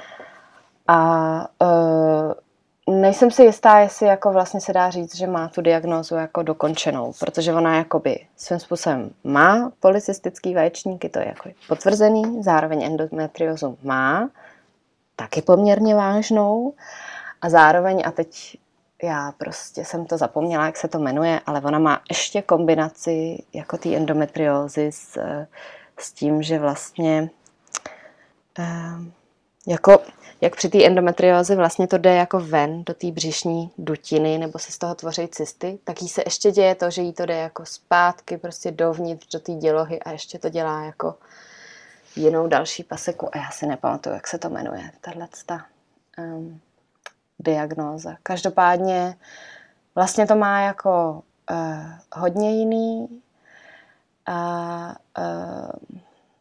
A uh, nejsem si jistá, jestli jako vlastně se dá říct, že má tu diagnózu jako dokončenou, protože ona jakoby svým způsobem má polycystický vaječníky, to je jako potvrzený, zároveň endometriózu má, taky poměrně vážnou a zároveň, a teď já prostě jsem to zapomněla, jak se to jmenuje, ale ona má ještě kombinaci jako té endometriózy s, s tím, že vlastně eh, jako jak při té endometrióze vlastně to jde jako ven do té břišní dutiny nebo se z toho tvoří cysty, tak jí se ještě děje to, že jí to jde jako zpátky prostě dovnitř do té dělohy a ještě to dělá jako jinou další paseku a já si nepamatuju, jak se to jmenuje, tahleta. Um, diagnóza. Každopádně vlastně to má jako uh, hodně jiný a, uh,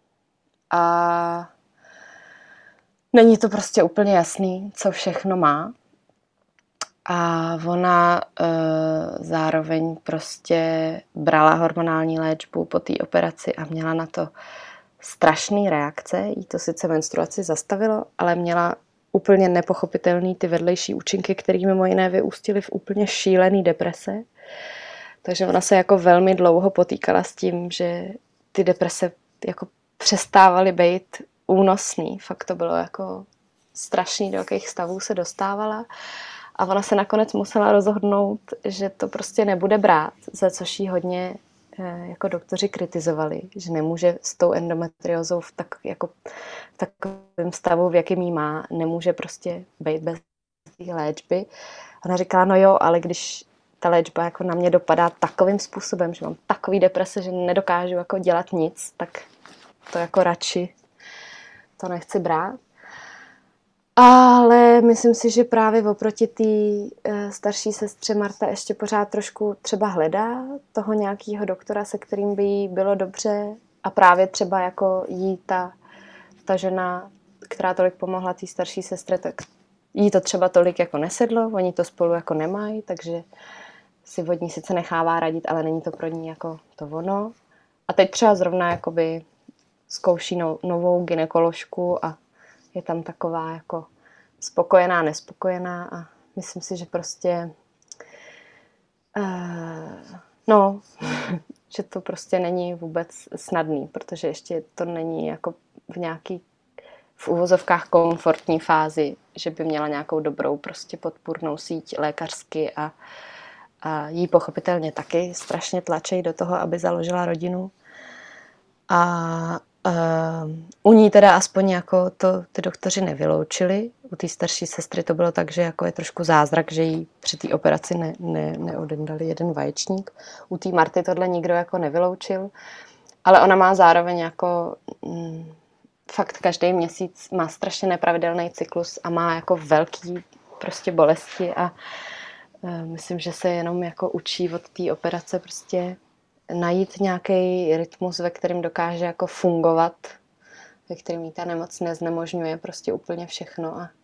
a není to prostě úplně jasný, co všechno má. A ona uh, zároveň prostě brala hormonální léčbu po té operaci a měla na to strašné reakce. Jí to sice menstruaci zastavilo, ale měla úplně nepochopitelný ty vedlejší účinky, které mimo jiné vyústily v úplně šílený deprese. Takže ona se jako velmi dlouho potýkala s tím, že ty deprese jako přestávaly být únosný. Fakt to bylo jako strašný, do jakých stavů se dostávala. A ona se nakonec musela rozhodnout, že to prostě nebude brát, za což jí hodně jako doktoři kritizovali, že nemůže s tou endometriózou v, tak, jako, v takovém stavu, v jakém jí má, nemůže prostě být bez té léčby. Ona říkala, no jo, ale když ta léčba jako na mě dopadá takovým způsobem, že mám takový deprese, že nedokážu jako dělat nic, tak to jako radši to nechci brát. Ale myslím si, že právě oproti té starší sestře Marta ještě pořád trošku třeba hledá toho nějakého doktora, se kterým by jí bylo dobře a právě třeba jako jí ta, ta žena, která tolik pomohla té starší sestře, tak jí to třeba tolik jako nesedlo, oni to spolu jako nemají, takže si od ní sice nechává radit, ale není to pro ní jako to ono. A teď třeba zrovna jakoby zkouší no, novou gynekoložku a je tam taková jako spokojená, nespokojená a myslím si, že prostě uh, no, že to prostě není vůbec snadný, protože ještě to není jako v nějaký v uvozovkách komfortní fázi, že by měla nějakou dobrou prostě podpůrnou síť lékařsky a, a jí pochopitelně taky strašně tlačí do toho, aby založila rodinu. A Uh, u ní teda aspoň jako to ty doktoři nevyloučili. U té starší sestry to bylo tak, že jako je trošku zázrak, že jí při té operaci ne, ne, neodendali jeden vaječník. U té Marty tohle nikdo jako nevyloučil, ale ona má zároveň jako mm, fakt každý měsíc má strašně nepravidelný cyklus a má jako velký prostě bolesti a uh, myslím, že se jenom jako učí od té operace prostě najít nějaký rytmus, ve kterém dokáže jako fungovat, ve kterém jí ta nemoc neznemožňuje prostě úplně všechno. A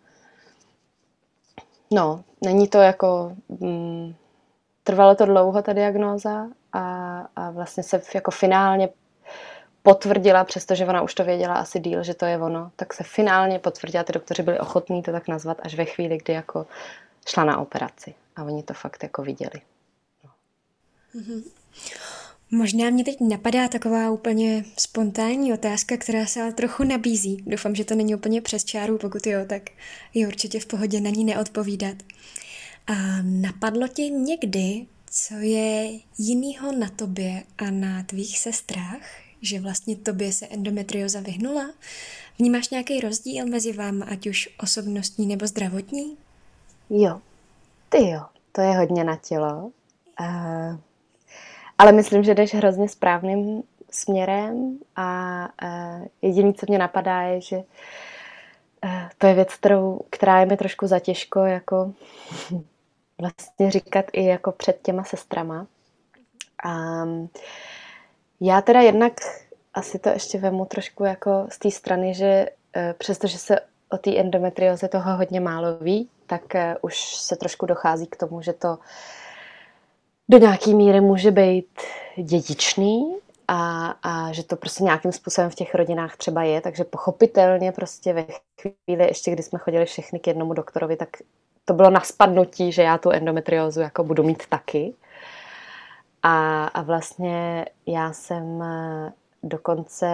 no, není to jako... Mm, trvalo to dlouho, ta diagnóza, a, a vlastně se jako finálně potvrdila, přestože ona už to věděla asi díl, že to je ono, tak se finálně potvrdila, ty doktoři byli ochotní to tak nazvat až ve chvíli, kdy jako šla na operaci. A oni to fakt jako viděli. No. Mm-hmm. Možná mě teď napadá taková úplně spontánní otázka, která se ale trochu nabízí. Doufám, že to není úplně přes čáru, pokud jo, tak je určitě v pohodě na ní neodpovídat. A napadlo tě někdy, co je jinýho na tobě a na tvých sestrách, že vlastně tobě se endometrioza vyhnula? Vnímáš nějaký rozdíl mezi vámi, ať už osobnostní nebo zdravotní? Jo, ty jo, to je hodně na tělo. Uh... Ale myslím, že jdeš hrozně správným směrem a uh, jediné, co mě napadá, je, že uh, to je věc, kterou, která je mi trošku zatěžko jako vlastně říkat i jako před těma sestrama. Um, já teda jednak asi to ještě vemu trošku jako z té strany, že uh, přestože se o té endometrioze toho hodně málo ví, tak uh, už se trošku dochází k tomu, že to do nějaký míry může být dědičný a, a že to prostě nějakým způsobem v těch rodinách třeba je, takže pochopitelně prostě ve chvíli, ještě když jsme chodili všechny k jednomu doktorovi, tak to bylo na spadnutí, že já tu endometriózu jako budu mít taky. A, a vlastně já jsem dokonce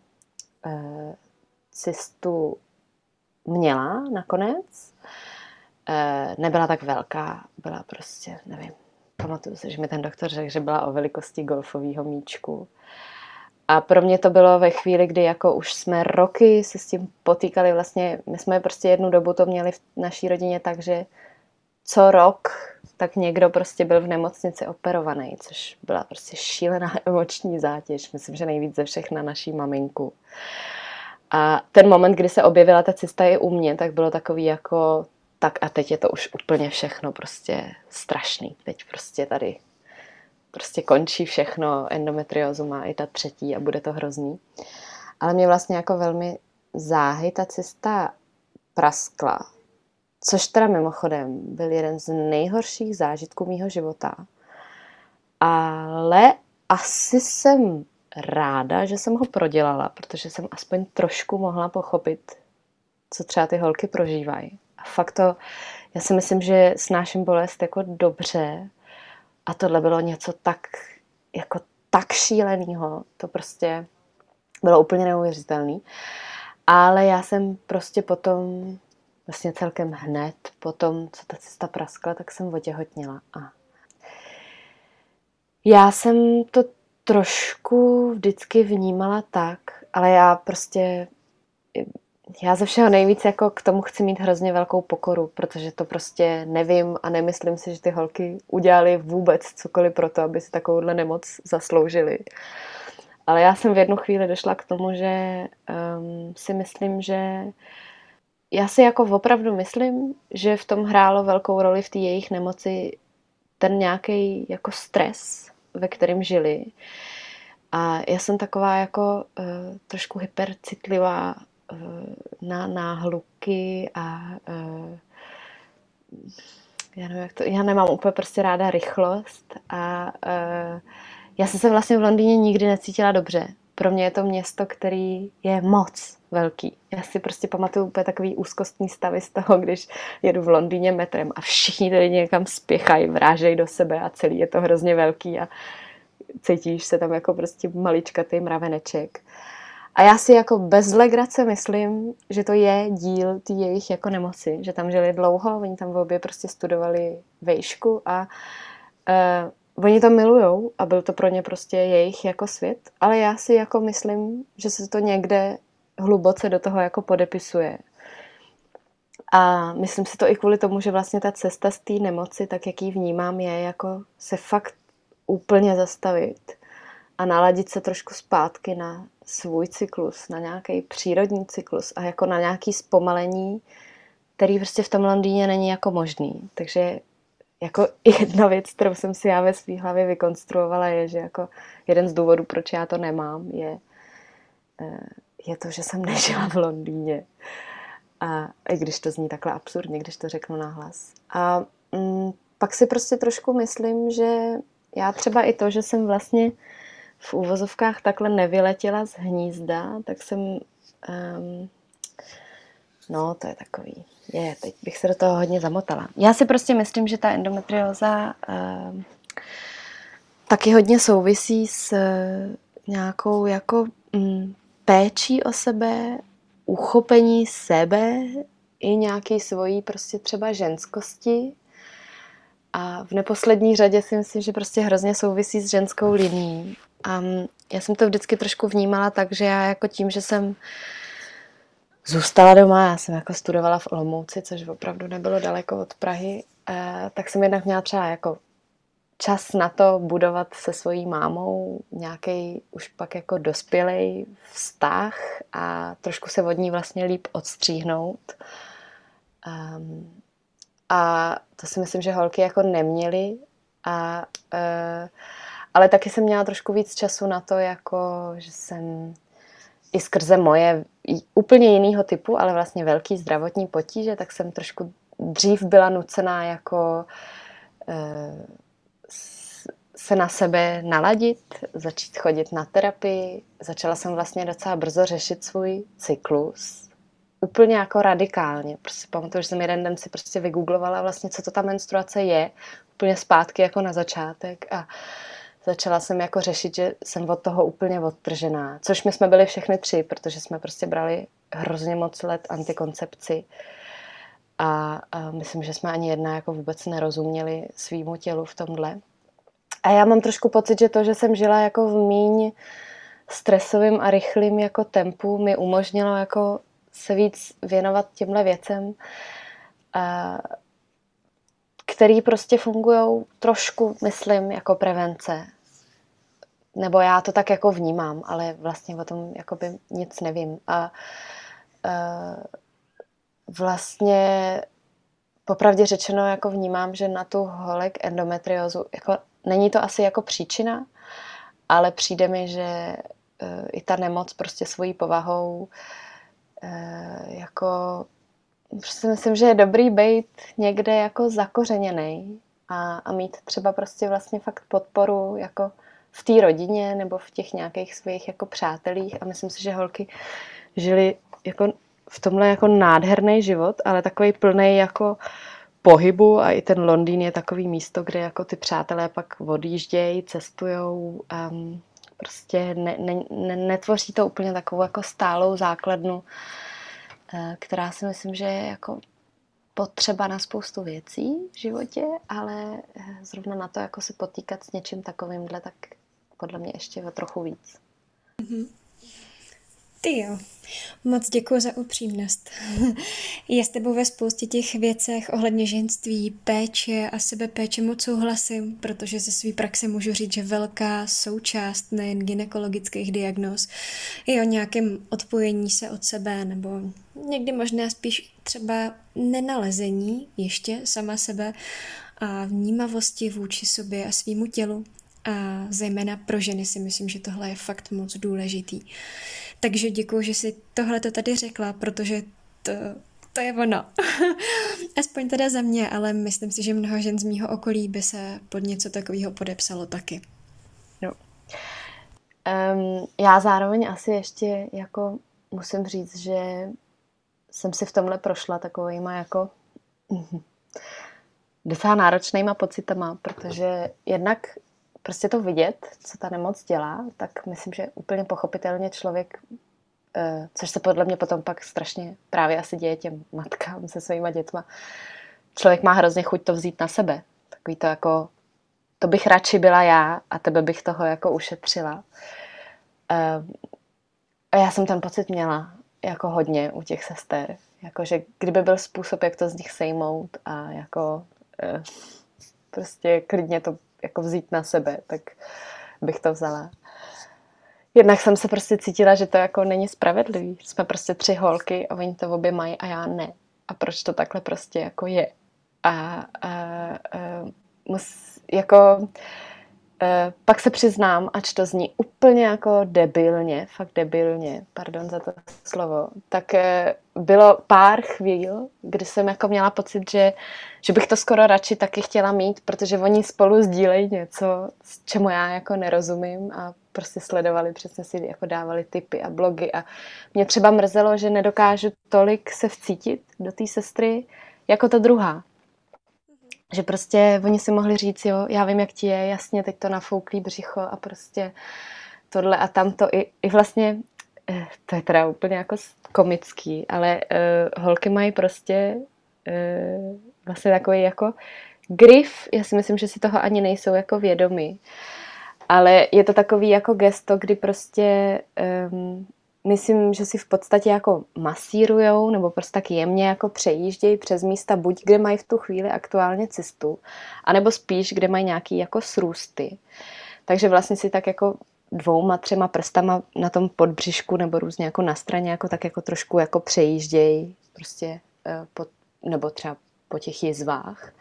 e, cystu měla nakonec. E, nebyla tak velká, byla prostě, nevím, pamatuju se, že mi ten doktor řekl, že byla o velikosti golfového míčku. A pro mě to bylo ve chvíli, kdy jako už jsme roky se s tím potýkali. Vlastně my jsme prostě jednu dobu to měli v naší rodině tak, že co rok tak někdo prostě byl v nemocnici operovaný, což byla prostě šílená emoční zátěž. Myslím, že nejvíc ze všech na naší maminku. A ten moment, kdy se objevila ta cysta i u mě, tak bylo takový jako tak a teď je to už úplně všechno prostě strašný. Teď prostě tady prostě končí všechno, endometriózu má i ta třetí a bude to hrozný. Ale mě vlastně jako velmi záhy ta cysta praskla, což teda mimochodem byl jeden z nejhorších zážitků mýho života. Ale asi jsem ráda, že jsem ho prodělala, protože jsem aspoň trošku mohla pochopit, co třeba ty holky prožívají. A fakt to, já si myslím, že snáším bolest jako dobře a tohle bylo něco tak, jako tak šílenýho, to prostě bylo úplně neuvěřitelný. Ale já jsem prostě potom, vlastně celkem hned potom, co ta cysta praskla, tak jsem otěhotněla. A já jsem to trošku vždycky vnímala tak, ale já prostě, já ze všeho nejvíc jako k tomu chci mít hrozně velkou pokoru, protože to prostě nevím a nemyslím si, že ty holky udělali vůbec cokoliv pro to, aby si takovouhle nemoc zasloužili. Ale já jsem v jednu chvíli došla k tomu, že um, si myslím, že já si jako opravdu myslím, že v tom hrálo velkou roli v té jejich nemoci ten nějaký jako stres, ve kterém žili. A já jsem taková jako uh, trošku hypercitlivá uh, na náhluky a uh, já nevím, jak to, já nemám úplně prostě ráda rychlost a uh, já jsem se vlastně v Londýně nikdy necítila dobře. Pro mě je to město, který je moc velký. Já si prostě pamatuju úplně takový úzkostný stavy z toho, když jedu v Londýně metrem a všichni tady někam spěchají, vrážejí do sebe a celý je to hrozně velký a cítíš se tam jako prostě maličkatý mraveneček. A já si jako bez legrace myslím, že to je díl té jejich jako nemoci, že tam žili dlouho, oni tam v obě prostě studovali vejšku a uh, oni to milujou a byl to pro ně prostě jejich jako svět, ale já si jako myslím, že se to někde hluboce do toho jako podepisuje. A myslím si to i kvůli tomu, že vlastně ta cesta z té nemoci, tak jak ji vnímám, je jako se fakt úplně zastavit a naladit se trošku zpátky na svůj cyklus, na nějaký přírodní cyklus a jako na nějaký zpomalení, který prostě v tom Londýně není jako možný. Takže jako jedna věc, kterou jsem si já ve svý hlavě vykonstruovala, je, že jako jeden z důvodů, proč já to nemám, je, je to, že jsem nežila v Londýně. A i když to zní takhle absurdně, když to řeknu nahlas. A mm, pak si prostě trošku myslím, že já třeba i to, že jsem vlastně v úvozovkách takhle nevyletěla z hnízda, tak jsem... Um, no, to je takový... Je, teď bych se do toho hodně zamotala. Já si prostě myslím, že ta endometrióza uh, taky hodně souvisí s uh, nějakou jako um, péčí o sebe, uchopení sebe i nějaký svojí prostě třeba ženskosti. A v neposlední řadě si myslím, že prostě hrozně souvisí s ženskou linií. A já jsem to vždycky trošku vnímala tak, že já jako tím, že jsem zůstala doma, já jsem jako studovala v Olomouci, což opravdu nebylo daleko od Prahy, tak jsem jednak měla třeba jako čas na to budovat se svojí mámou nějaký už pak jako dospělej vztah a trošku se od ní vlastně líp odstříhnout. Um, a to si myslím, že holky jako neměly, a, uh, ale taky jsem měla trošku víc času na to, jako, že jsem i skrze moje úplně jinýho typu, ale vlastně velký zdravotní potíže, tak jsem trošku dřív byla nucená jako uh, se na sebe naladit, začít chodit na terapii. Začala jsem vlastně docela brzo řešit svůj cyklus. Úplně jako radikálně. Prostě pamatuju, že jsem jeden den si prostě vygooglovala vlastně, co to ta menstruace je. Úplně zpátky jako na začátek a začala jsem jako řešit, že jsem od toho úplně odtržená. Což my jsme byli všechny tři, protože jsme prostě brali hrozně moc let antikoncepci. A, a myslím, že jsme ani jedna jako vůbec nerozuměli svýmu tělu v tomhle. A já mám trošku pocit, že to, že jsem žila jako v míň stresovým a rychlým jako tempu, mi umožnilo jako se víc věnovat těmhle věcem, a, který prostě fungujou trošku, myslím, jako prevence. Nebo já to tak jako vnímám, ale vlastně o tom jakoby nic nevím. A, a vlastně popravdě řečeno jako vnímám, že na tu holek endometriózu, jako není to asi jako příčina, ale přijde mi, že uh, i ta nemoc prostě svojí povahou uh, jako prostě myslím, že je dobrý být někde jako zakořeněnej a, a mít třeba prostě vlastně fakt podporu jako v té rodině nebo v těch nějakých svých jako přátelích a myslím si, že holky žili jako v tomhle jako nádherný život, ale takový plný jako pohybu a i ten Londýn je takový místo, kde jako ty přátelé pak odjíždějí, cestujou, um, prostě ne, ne, ne, netvoří to úplně takovou jako stálou základnu, uh, která si myslím, že je jako potřeba na spoustu věcí v životě, ale zrovna na to jako se potýkat s něčím takovýmhle, tak podle mě ještě o trochu víc. Mm-hmm. Ty jo, moc děkuji za upřímnost. Já s tebou ve spoustě těch věcech ohledně ženství, péče a sebepéče moc souhlasím, protože ze své praxe můžu říct, že velká součást nejen gynekologických diagnóz je o nějakém odpojení se od sebe, nebo někdy možná spíš třeba nenalezení ještě sama sebe a vnímavosti vůči sobě a svýmu tělu. A zejména pro ženy si myslím, že tohle je fakt moc důležitý. Takže děkuji, že jsi tohle to tady řekla, protože to, to je ono. Aspoň teda za mě, ale myslím si, že mnoho žen z mýho okolí by se pod něco takového podepsalo taky. No. Um, já zároveň asi ještě jako musím říct, že jsem si v tomhle prošla takovýma jako docela náročnýma pocitama, protože jednak prostě to vidět, co ta nemoc dělá, tak myslím, že úplně pochopitelně člověk, což se podle mě potom pak strašně právě asi děje těm matkám se svýma dětma, člověk má hrozně chuť to vzít na sebe. Takový to jako, to bych radši byla já a tebe bych toho jako ušetřila. A já jsem ten pocit měla jako hodně u těch sester. Jakože kdyby byl způsob, jak to z nich sejmout a jako prostě klidně to jako vzít na sebe, tak bych to vzala. Jednak jsem se prostě cítila, že to jako není spravedlivý. Jsme prostě tři holky a oni to obě mají a já ne. A proč to takhle prostě jako je? A, a, a mus, jako Uh, pak se přiznám, ač to zní úplně jako debilně, fakt debilně, pardon za to slovo, tak uh, bylo pár chvíl, kdy jsem jako měla pocit, že, že bych to skoro radši taky chtěla mít, protože oni spolu sdílejí něco, čemu já jako nerozumím a prostě sledovali, přesně si jako dávali tipy a blogy a mě třeba mrzelo, že nedokážu tolik se vcítit do té sestry jako ta druhá. Že prostě oni si mohli říct, jo, já vím, jak ti je, jasně, teď to nafouklý břicho a prostě tohle a tamto. I, i vlastně, to je teda úplně jako komický, ale uh, holky mají prostě uh, vlastně takový jako grif, já si myslím, že si toho ani nejsou jako vědomí. Ale je to takový jako gesto, kdy prostě um, myslím, že si v podstatě jako masírujou nebo prostě tak jemně jako přejíždějí přes místa, buď kde mají v tu chvíli aktuálně cystu, anebo spíš, kde mají nějaký jako srůsty. Takže vlastně si tak jako dvouma, třema prstama na tom podbřišku nebo různě jako na straně jako tak jako trošku jako přejíždějí prostě po, nebo třeba po těch jizvách.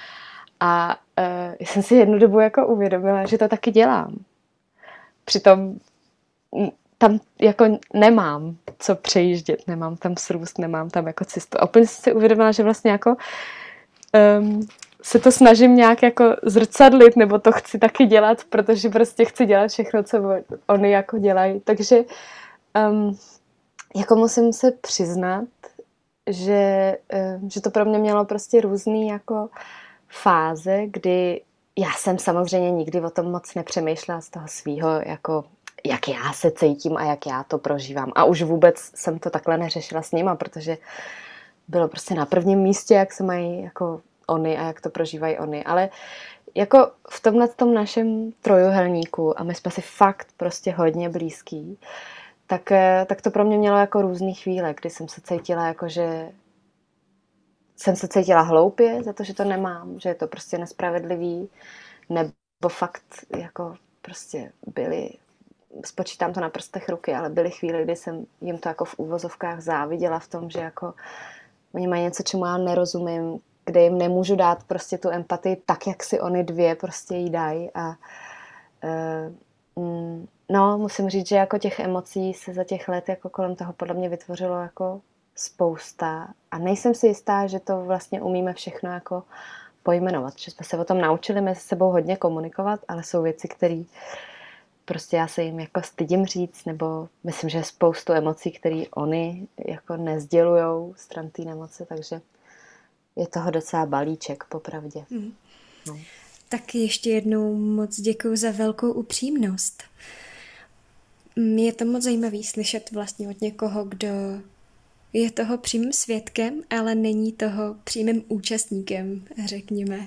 A uh, jsem si jednu dobu jako uvědomila, že to taky dělám. Přitom tam jako nemám co přejíždět, nemám tam srůst, nemám tam jako cystu. A úplně jsem si uvědomila, že vlastně jako um, se to snažím nějak jako zrcadlit, nebo to chci taky dělat, protože prostě chci dělat všechno, co oni jako dělají. Takže um, jako musím se přiznat, že, um, že to pro mě mělo prostě různý jako fáze, kdy já jsem samozřejmě nikdy o tom moc nepřemýšlela z toho svýho jako jak já se cítím a jak já to prožívám. A už vůbec jsem to takhle neřešila s nima, protože bylo prostě na prvním místě, jak se mají jako oni a jak to prožívají oni. Ale jako v tomhle tom našem trojuhelníku, a my jsme si fakt prostě hodně blízký, tak, tak to pro mě mělo jako různý chvíle, kdy jsem se cítila jako, že jsem se cítila hloupě za to, že to nemám, že je to prostě nespravedlivý, nebo fakt jako prostě byly, spočítám to na prstech ruky, ale byly chvíle, kdy jsem jim to jako v úvozovkách záviděla v tom, že jako oni mají něco, čemu já nerozumím, kde jim nemůžu dát prostě tu empatii tak, jak si oni dvě prostě jí dají a uh, mm, no, musím říct, že jako těch emocí se za těch let jako kolem toho podle mě vytvořilo jako spousta a nejsem si jistá, že to vlastně umíme všechno jako pojmenovat, že jsme se o tom naučili mezi sebou hodně komunikovat, ale jsou věci, které prostě já se jim jako stydím říct, nebo myslím, že je spoustu emocí, které oni jako nezdělujou stran té nemoci, takže je toho docela balíček, popravdě. Hmm. No. Tak ještě jednou moc děkuju za velkou upřímnost. Je to moc zajímavý slyšet vlastně od někoho, kdo je toho přímým svědkem, ale není toho přímým účastníkem, řekněme.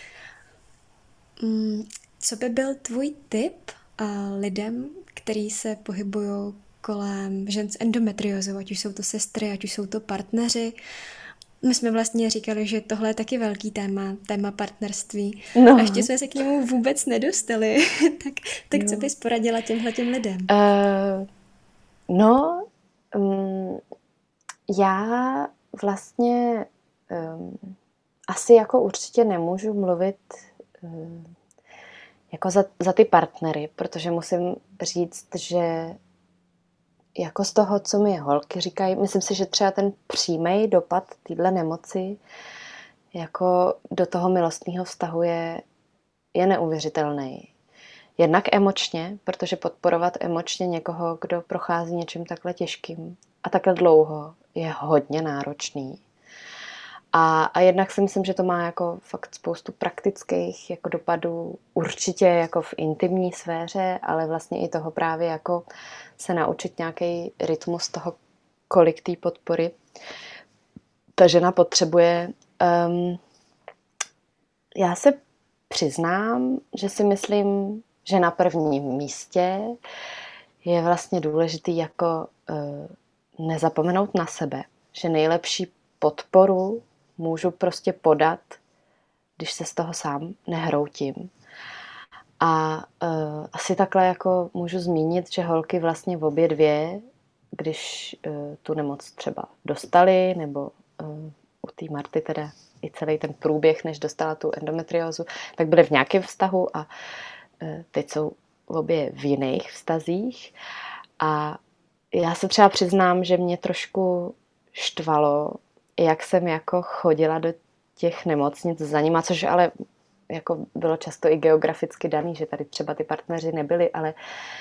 Co by byl tvůj tip lidem, kteří se pohybují kolem žen s endometriózou, ať už jsou to sestry, ať už jsou to partneři? My jsme vlastně říkali, že tohle je taky velký téma, téma partnerství. No. A ještě jsme se k němu vůbec nedostali. tak tak no. Co bys poradila těmhletěm lidem? Uh, no, um, já vlastně um, asi jako určitě nemůžu mluvit um, jako za, za ty partnery, protože musím říct, že jako z toho, co mi holky říkají, myslím si, že třeba ten přímý dopad téhle nemoci jako do toho milostného vztahu je, je neuvěřitelný. Jednak emočně, protože podporovat emočně někoho, kdo prochází něčím takhle těžkým a takhle dlouho, je hodně náročný. A, a jednak si myslím, že to má jako fakt spoustu praktických jako dopadů, určitě jako v intimní sféře, ale vlastně i toho právě jako se naučit nějaký rytmus toho, kolik té podpory ta žena potřebuje. Um, já se přiznám, že si myslím, že na prvním místě je vlastně důležitý jako uh, nezapomenout na sebe, že nejlepší podporu můžu prostě podat, když se z toho sám nehroutím. A uh, asi takhle jako můžu zmínit, že holky vlastně v obě dvě, když uh, tu nemoc třeba dostali, nebo uh, u té Marty teda i celý ten průběh, než dostala tu endometriózu, tak byly v nějakém vztahu a uh, teď jsou obě v jiných vztazích. A já se třeba přiznám, že mě trošku štvalo, jak jsem jako chodila do těch nemocnic za nima, což ale jako bylo často i geograficky daný, že tady třeba ty partneři nebyli, ale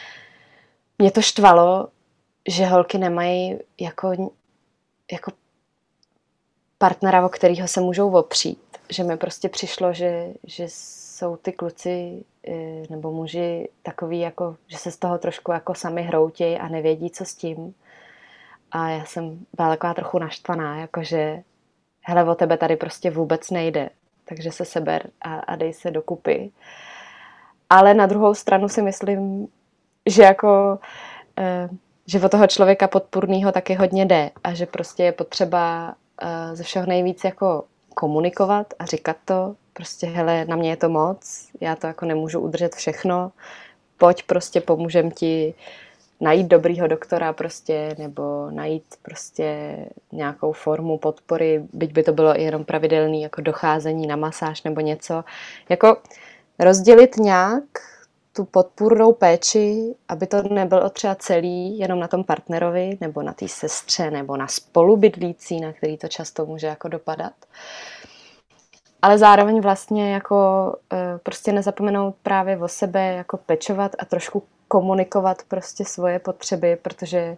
mě to štvalo, že holky nemají jako, jako partnera, o kterého se můžou opřít. Že mi prostě přišlo, že, že jsou ty kluci nebo muži takový, jako, že se z toho trošku jako sami hroutějí a nevědí, co s tím. A já jsem byla taková trochu naštvaná, jakože hele, o tebe tady prostě vůbec nejde, takže se seber a, a dej se dokupy. Ale na druhou stranu si myslím, že jako eh, že o toho člověka podpůrnýho taky hodně jde a že prostě je potřeba eh, ze všeho nejvíc jako komunikovat a říkat to, prostě hele, na mě je to moc, já to jako nemůžu udržet všechno, pojď prostě, pomůžem ti najít dobrýho doktora prostě, nebo najít prostě nějakou formu podpory, byť by to bylo i jenom pravidelný jako docházení na masáž nebo něco. Jako rozdělit nějak tu podpůrnou péči, aby to nebylo třeba celý jenom na tom partnerovi, nebo na té sestře, nebo na spolubydlící, na který to často může jako dopadat. Ale zároveň vlastně jako prostě nezapomenout právě o sebe, jako pečovat a trošku komunikovat prostě svoje potřeby, protože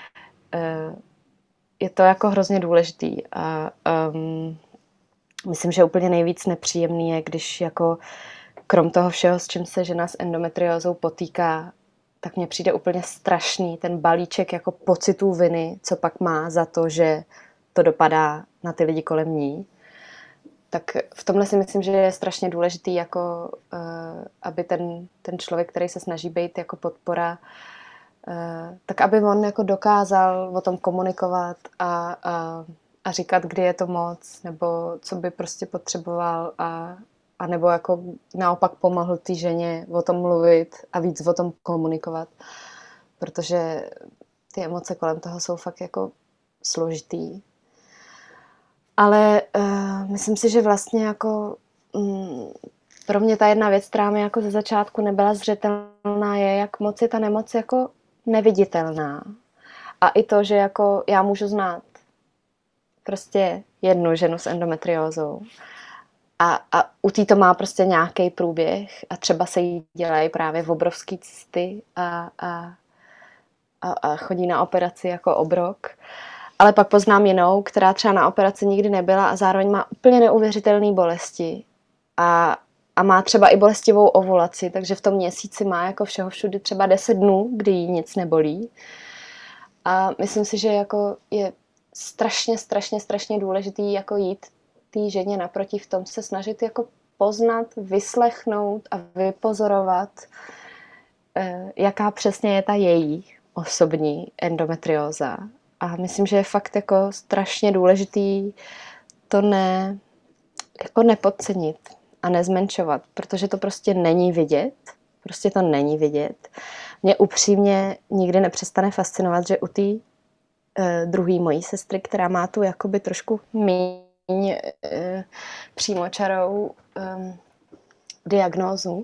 je to jako hrozně důležitý. A um, myslím, že úplně nejvíc nepříjemný je, když jako krom toho všeho, s čím se žena s endometriózou potýká, tak mně přijde úplně strašný ten balíček jako pocitů viny, co pak má za to, že to dopadá na ty lidi kolem ní. Tak v tomhle si myslím, že je strašně důležitý, jako, uh, aby ten, ten člověk, který se snaží být jako podpora, uh, tak aby on jako dokázal o tom komunikovat a, a, a říkat, kdy je to moc, nebo co by prostě potřeboval a, a nebo jako naopak pomohl té ženě o tom mluvit a víc o tom komunikovat, protože ty emoce kolem toho jsou fakt jako složitý. Ale uh, myslím si, že vlastně jako um, pro mě ta jedna věc, která mi jako ze začátku nebyla zřetelná, je, jak moc je ta nemoc jako neviditelná. A i to, že jako já můžu znát prostě jednu ženu s endometriózou a, a u té to má prostě nějaký průběh a třeba se jí dělají právě v obrovský cysty a, a, a, a chodí na operaci jako obrok. Ale pak poznám jinou, která třeba na operaci nikdy nebyla a zároveň má úplně neuvěřitelné bolesti a, a má třeba i bolestivou ovulaci, takže v tom měsíci má jako všeho všudy třeba deset dnů, kdy jí nic nebolí. A myslím si, že jako je strašně, strašně, strašně důležitý jako jít té ženě naproti v tom se snažit jako poznat, vyslechnout a vypozorovat, jaká přesně je ta její osobní endometrióza. A myslím, že je fakt jako strašně důležitý to ne, jako nepodcenit a nezmenšovat, protože to prostě není vidět. Prostě to není vidět. Mě upřímně nikdy nepřestane fascinovat, že u té uh, druhé mojí sestry, která má tu jakoby trošku míň uh, přímočarou um, diagnózu,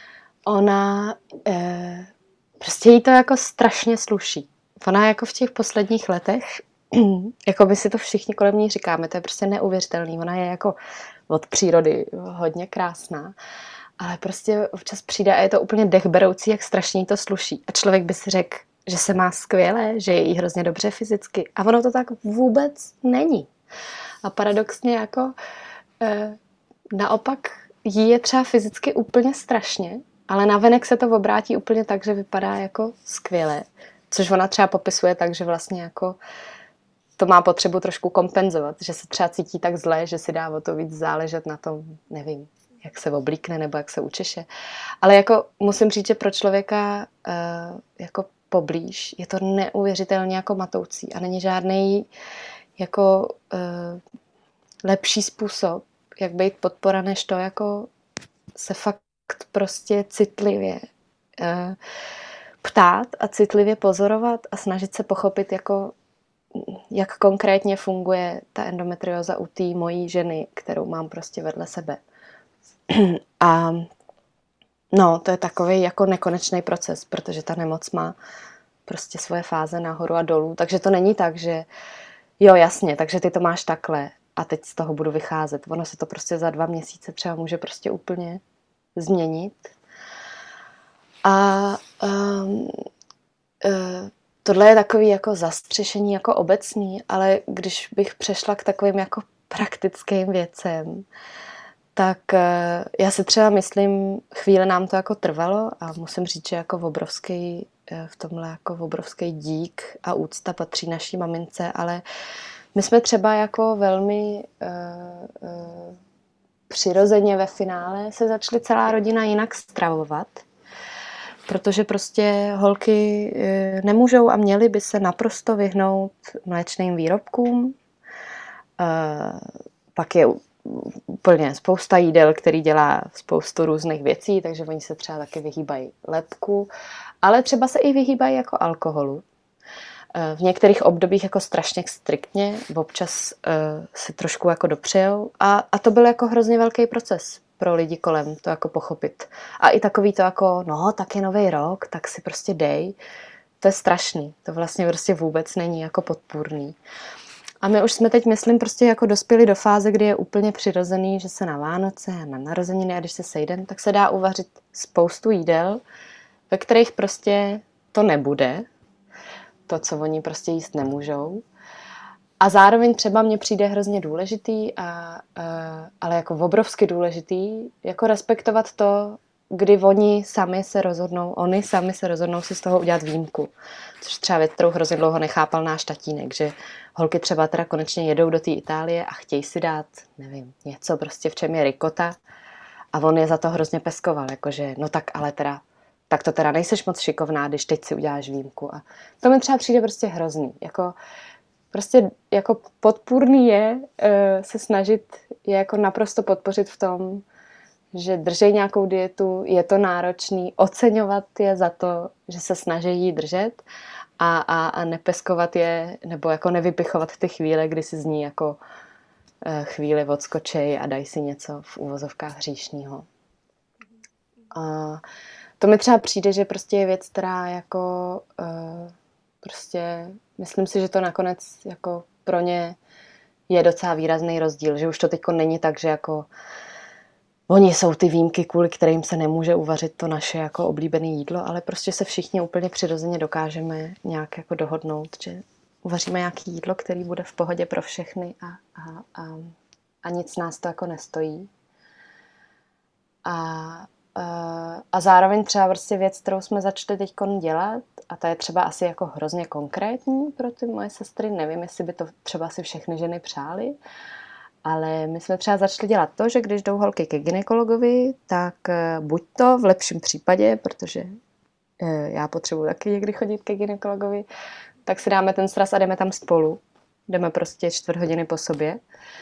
ona uh, prostě jí to jako strašně sluší. Ona jako v těch posledních letech, jako by si to všichni kolem ní říkáme, to je prostě neuvěřitelný. Ona je jako od přírody hodně krásná, ale prostě občas přijde a je to úplně dechberoucí, jak strašně jí to sluší. A člověk by si řekl, že se má skvěle, že je jí hrozně dobře fyzicky. A ono to tak vůbec není. A paradoxně jako e, naopak jí je třeba fyzicky úplně strašně, ale navenek se to obrátí úplně tak, že vypadá jako skvěle. Což ona třeba popisuje tak, že vlastně jako to má potřebu trošku kompenzovat, že se třeba cítí tak zle, že si dá o to víc záležet na tom, nevím, jak se oblíkne nebo jak se učeše. Ale jako musím říct, že pro člověka uh, jako poblíž je to neuvěřitelně jako matoucí a není žádný jako uh, lepší způsob, jak být podpora, než to jako se fakt prostě citlivě uh, ptát a citlivě pozorovat a snažit se pochopit, jako, jak konkrétně funguje ta endometrióza u té mojí ženy, kterou mám prostě vedle sebe. A no, to je takový jako nekonečný proces, protože ta nemoc má prostě svoje fáze nahoru a dolů, takže to není tak, že jo, jasně, takže ty to máš takhle a teď z toho budu vycházet. Ono se to prostě za dva měsíce třeba může prostě úplně změnit. A um, uh, tohle je takový jako zastřešení jako obecný, ale když bych přešla k takovým jako praktickým věcem, tak uh, já si třeba myslím, chvíli nám to jako trvalo a musím říct, že jako v obrovský, uh, v tomhle jako v obrovský dík a úcta patří naší mamince, ale my jsme třeba jako velmi uh, uh, přirozeně ve finále se začali celá rodina jinak stravovat, protože prostě holky nemůžou a měly by se naprosto vyhnout mléčným výrobkům. Pak je úplně spousta jídel, který dělá spoustu různých věcí, takže oni se třeba taky vyhýbají lepku, ale třeba se i vyhýbají jako alkoholu. V některých obdobích jako strašně striktně, občas si trošku jako dopřejou a, a to byl jako hrozně velký proces pro lidi kolem to jako pochopit. A i takový to jako, no, tak je nový rok, tak si prostě dej. To je strašný. To vlastně prostě vůbec není jako podpůrný. A my už jsme teď, myslím, prostě jako dospěli do fáze, kdy je úplně přirozený, že se na Vánoce a na narozeniny a když se sejdeme, tak se dá uvařit spoustu jídel, ve kterých prostě to nebude. To, co oni prostě jíst nemůžou. A zároveň třeba mně přijde hrozně důležitý, a, a, ale jako obrovsky důležitý, jako respektovat to, kdy oni sami se rozhodnou, oni sami se rozhodnou si z toho udělat výjimku. Což třeba věc, kterou hrozně dlouho nechápal náš tatínek, že holky třeba teda konečně jedou do té Itálie a chtějí si dát, nevím, něco prostě, v čem je rikota a on je za to hrozně peskoval, jakože no tak ale teda, tak to teda nejseš moc šikovná, když teď si uděláš výjimku. A to mi třeba přijde prostě hrozný, jako prostě jako podpůrný je e, se snažit je jako naprosto podpořit v tom, že držej nějakou dietu, je to náročný, oceňovat je za to, že se snaží jí držet a, a, a nepeskovat je, nebo jako nevypichovat ty chvíle, kdy si z ní jako chvíli odskočej a dají si něco v uvozovkách hříšního. A to mi třeba přijde, že prostě je věc, která jako uh, prostě, myslím si, že to nakonec jako pro ně je docela výrazný rozdíl, že už to teďko není tak, že jako oni jsou ty výjimky, kvůli kterým se nemůže uvařit to naše jako oblíbené jídlo, ale prostě se všichni úplně přirozeně dokážeme nějak jako dohodnout, že uvaříme nějaké jídlo, které bude v pohodě pro všechny a, a, a, a nic nás to jako nestojí. A, a, a zároveň třeba prostě věc, kterou jsme začali teď dělat, a ta je třeba asi jako hrozně konkrétní pro ty moje sestry, nevím, jestli by to třeba si všechny ženy přály, ale my jsme třeba začali dělat to, že když jdou holky ke gynekologovi, tak buď to v lepším případě, protože já potřebuji taky někdy chodit ke gynekologovi, tak si dáme ten sraz a jdeme tam spolu. Jdeme prostě čtvrt hodiny po sobě.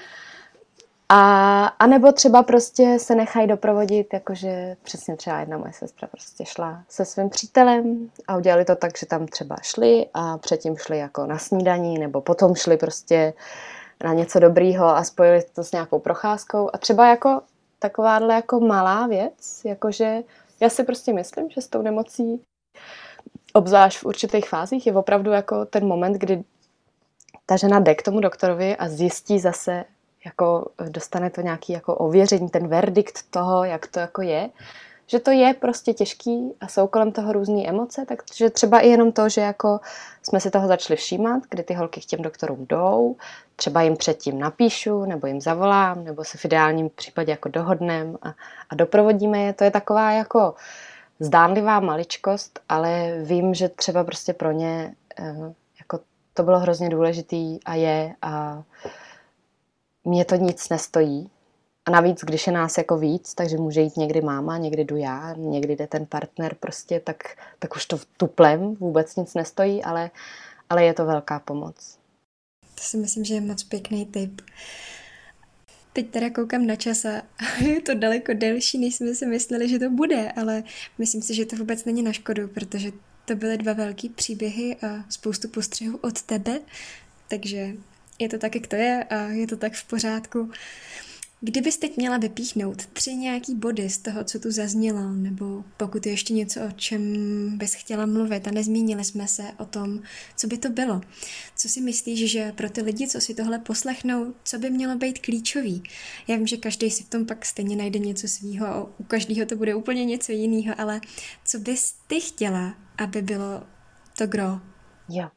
A, a nebo třeba prostě se nechají doprovodit, jakože přesně třeba jedna moje sestra prostě šla se svým přítelem a udělali to tak, že tam třeba šli a předtím šli jako na snídaní, nebo potom šli prostě na něco dobrýho a spojili to s nějakou procházkou. A třeba jako takováhle jako malá věc, jakože já si prostě myslím, že s tou nemocí, obzvlášť v určitých fázích, je opravdu jako ten moment, kdy ta žena jde k tomu doktorovi a zjistí zase, jako dostane to nějaký jako ověření, ten verdikt toho, jak to jako je, že to je prostě těžký a jsou kolem toho různý emoce, takže třeba i jenom to, že jako jsme si toho začali všímat, kdy ty holky k těm doktorům jdou, třeba jim předtím napíšu, nebo jim zavolám, nebo se v ideálním případě jako dohodnem a, a doprovodíme je. To je taková jako zdánlivá maličkost, ale vím, že třeba prostě pro ně jako to bylo hrozně důležitý a je a mě to nic nestojí. A navíc, když je nás jako víc, takže může jít někdy máma, někdy jdu já, někdy jde ten partner prostě, tak, tak už to tuplem vůbec nic nestojí, ale, ale je to velká pomoc. To si myslím, že je moc pěkný tip. Teď teda koukám na čas a je to daleko delší, než jsme si mysleli, že to bude, ale myslím si, že to vůbec není na škodu, protože to byly dva velký příběhy a spoustu postřehů od tebe, takže je to tak, jak to je a je to tak v pořádku. Kdybys teď měla vypíchnout tři nějaký body z toho, co tu zaznělo, nebo pokud je ještě něco, o čem bys chtěla mluvit a nezmínili jsme se o tom, co by to bylo. Co si myslíš, že pro ty lidi, co si tohle poslechnou, co by mělo být klíčový? Já vím, že každý si v tom pak stejně najde něco svýho a u každého to bude úplně něco jiného, ale co bys ty chtěla, aby bylo to gro? Jo.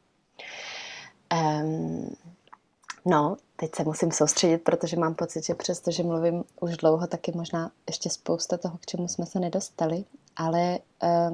Um, no, teď se musím soustředit, protože mám pocit, že přesto, že mluvím už dlouho, taky možná ještě spousta toho, k čemu jsme se nedostali, ale uh,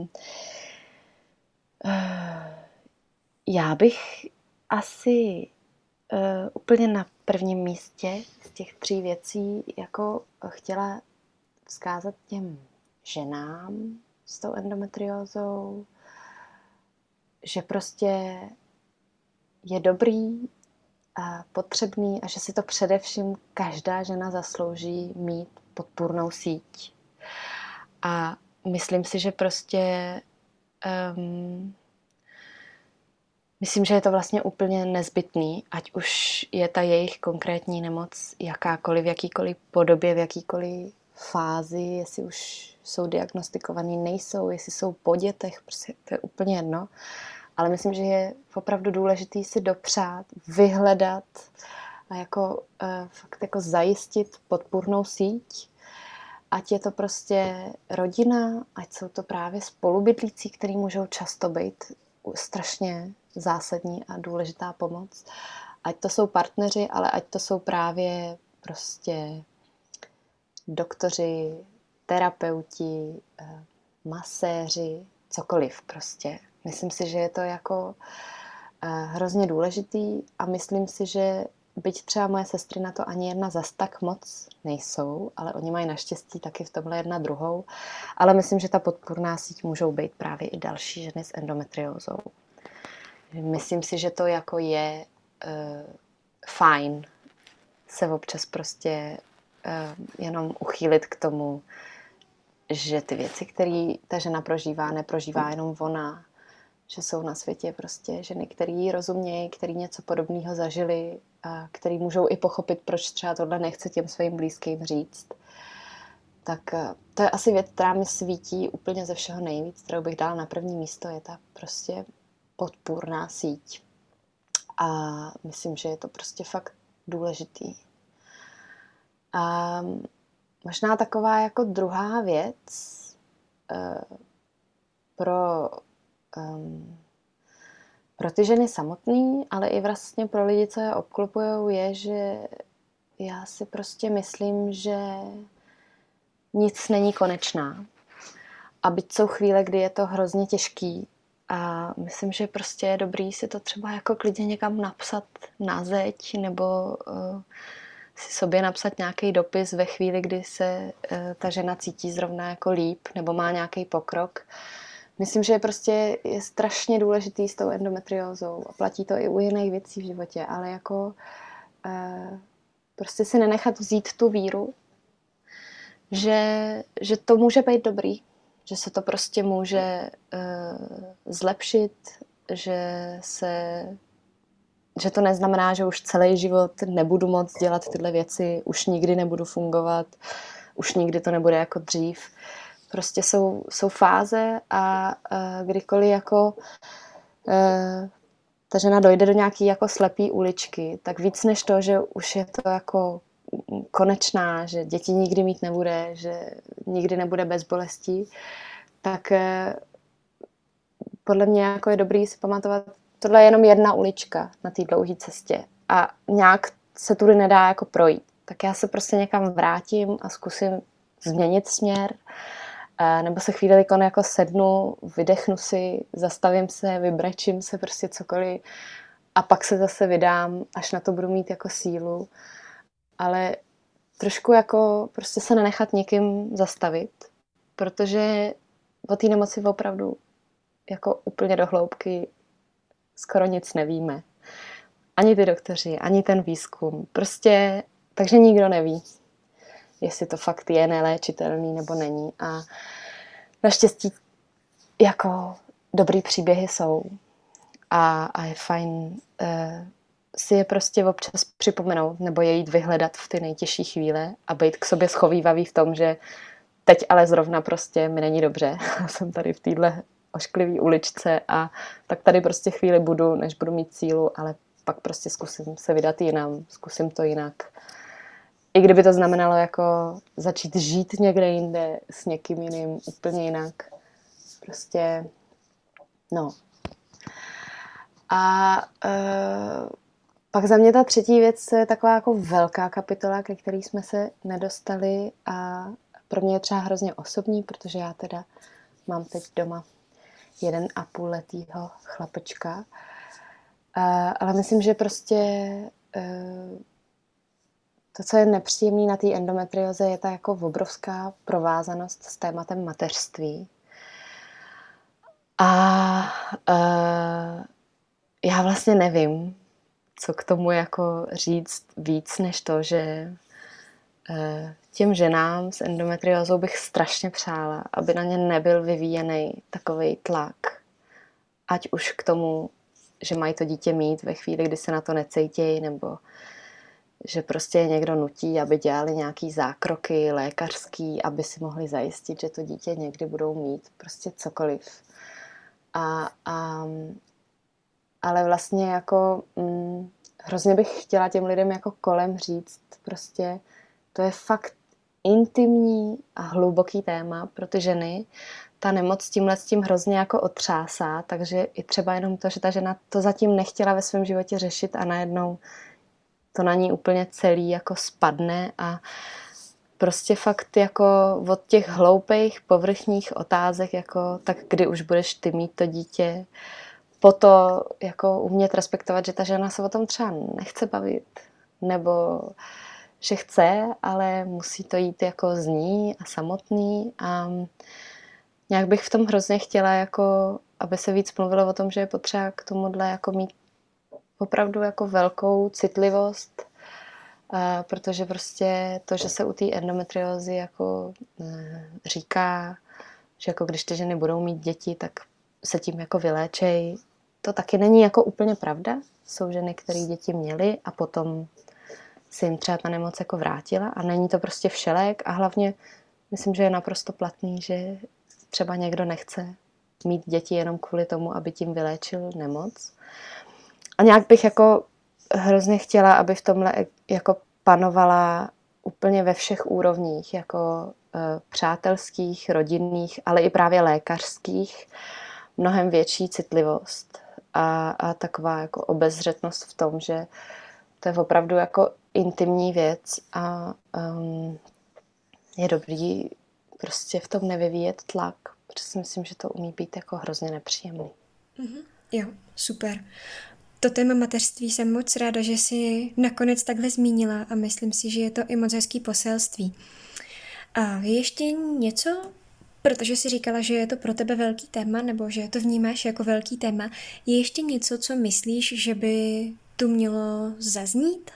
uh, já bych asi uh, úplně na prvním místě z těch tří věcí jako chtěla vzkázat těm ženám s tou endometriózou, že prostě je dobrý a potřebný a že si to především každá žena zaslouží mít podpůrnou síť. A myslím si, že prostě um, myslím, že je to vlastně úplně nezbytný, ať už je ta jejich konkrétní nemoc jakákoliv, v jakýkoliv podobě, v jakýkoliv fázi, jestli už jsou diagnostikovaný, nejsou, jestli jsou po dětech, prostě to je úplně jedno. Ale myslím, že je opravdu důležitý si dopřát, vyhledat a jako, uh, fakt jako zajistit podpůrnou síť. Ať je to prostě rodina, ať jsou to právě spolubydlící, který můžou často být strašně zásadní a důležitá pomoc. Ať to jsou partneři, ale ať to jsou právě prostě doktoři, terapeuti, uh, maséři, cokoliv prostě. Myslím si, že je to jako uh, hrozně důležitý a myslím si, že byť třeba moje sestry na to ani jedna zas tak moc nejsou, ale oni mají naštěstí taky v tomhle jedna druhou, ale myslím, že ta podpůrná síť můžou být právě i další ženy s endometriózou. Myslím si, že to jako je uh, fajn se občas prostě uh, jenom uchýlit k tomu, že ty věci, které ta žena prožívá, neprožívá jenom ona, že jsou na světě prostě ženy, které jí rozumějí, které něco podobného zažily a který můžou i pochopit, proč třeba tohle nechce těm svým blízkým říct. Tak to je asi věc, která mi svítí úplně ze všeho nejvíc, kterou bych dala na první místo, je ta prostě podpůrná síť. A myslím, že je to prostě fakt důležitý. A možná taková jako druhá věc uh, pro, um, pro ty ženy samotný, ale i vlastně pro lidi, co je obklopujou, je, že já si prostě myslím, že nic není konečná. A byť jsou chvíle, kdy je to hrozně těžký a myslím, že prostě je dobrý si to třeba jako klidně někam napsat na zeď nebo uh, si sobě napsat nějaký dopis ve chvíli, kdy se uh, ta žena cítí zrovna jako líp nebo má nějaký pokrok. Myslím, že prostě je strašně důležitý s tou endometriózou a platí to i u jiných věcí v životě, ale jako uh, prostě si nenechat vzít tu víru, že, že to může být dobrý, že se to prostě může uh, zlepšit, že se, že to neznamená, že už celý život nebudu moc dělat tyhle věci, už nikdy nebudu fungovat, už nikdy to nebude jako dřív. Prostě jsou, jsou fáze a uh, kdykoliv jako uh, ta žena dojde do nějaký jako slepý uličky, tak víc než to, že už je to jako konečná, že děti nikdy mít nebude, že nikdy nebude bez bolestí, tak podle mě jako je dobrý si pamatovat, tohle je jenom jedna ulička na té dlouhé cestě a nějak se tudy nedá jako projít. Tak já se prostě někam vrátím a zkusím změnit směr, nebo se chvíli jako sednu, vydechnu si, zastavím se, vybrečím se, prostě cokoliv a pak se zase vydám, až na to budu mít jako sílu. Ale trošku jako prostě se nenechat někým zastavit, protože o té nemoci opravdu jako úplně do hloubky skoro nic nevíme. Ani ty doktoři, ani ten výzkum. Prostě, takže nikdo neví, jestli to fakt je neléčitelný nebo není. A naštěstí jako dobrý příběhy jsou a, a je fajn eh, si je prostě občas připomenout nebo je jít vyhledat v ty nejtěžší chvíle a být k sobě schovívavý v tom, že teď ale zrovna prostě mi není dobře. Jsem tady v téhle ošklivý uličce a tak tady prostě chvíli budu, než budu mít sílu, ale pak prostě zkusím se vydat jinam, zkusím to jinak. I kdyby to znamenalo jako začít žít někde jinde s někým jiným úplně jinak. Prostě, no. A uh, pak za mě ta třetí věc je taková jako velká kapitola, ke který jsme se nedostali a pro mě je třeba hrozně osobní, protože já teda mám teď doma jeden a půl letýho chlapečka. Uh, ale myslím, že prostě uh, to, co je nepříjemné na té endometrioze, je ta jako obrovská provázanost s tématem mateřství. A uh, já vlastně nevím, co k tomu jako říct víc, než to, že uh, těm ženám s endometriózou bych strašně přála, aby na ně nebyl vyvíjený takovej tlak. Ať už k tomu, že mají to dítě mít ve chvíli, kdy se na to necejtějí, nebo že prostě je někdo nutí, aby dělali nějaký zákroky lékařský, aby si mohli zajistit, že to dítě někdy budou mít. Prostě cokoliv. A, a, ale vlastně jako hm, hrozně bych chtěla těm lidem jako kolem říct, prostě to je fakt intimní a hluboký téma pro ty ženy. Ta nemoc tímhle s tím hrozně jako otřásá, takže i třeba jenom to, že ta žena to zatím nechtěla ve svém životě řešit a najednou to na ní úplně celý jako spadne a prostě fakt jako od těch hloupých povrchních otázek, jako tak kdy už budeš ty mít to dítě, po to jako umět respektovat, že ta žena se o tom třeba nechce bavit, nebo že chce, ale musí to jít jako z ní a samotný a nějak bych v tom hrozně chtěla, jako, aby se víc mluvilo o tom, že je potřeba k tomuhle jako mít opravdu jako velkou citlivost, a protože prostě to, že se u té endometriózy jako říká, že jako když ty ženy budou mít děti, tak se tím jako vyléčej. To taky není jako úplně pravda. Jsou ženy, které děti měly a potom se jim třeba ta nemoc jako vrátila a není to prostě všelék a hlavně myslím, že je naprosto platný, že třeba někdo nechce mít děti jenom kvůli tomu, aby tím vyléčil nemoc. A nějak bych jako hrozně chtěla, aby v tomhle jako panovala úplně ve všech úrovních, jako e, přátelských, rodinných, ale i právě lékařských, mnohem větší citlivost a, a taková jako obezřetnost v tom, že to je opravdu jako intimní věc a um, je dobrý prostě v tom nevyvíjet tlak, protože si myslím, že to umí být jako hrozně nepříjemný. Mm-hmm. Jo, super. To téma mateřství jsem moc ráda, že jsi nakonec takhle zmínila a myslím si, že je to i moc hezký poselství. A je ještě něco, protože jsi říkala, že je to pro tebe velký téma, nebo že to vnímáš jako velký téma, je ještě něco, co myslíš, že by tu mělo zaznít?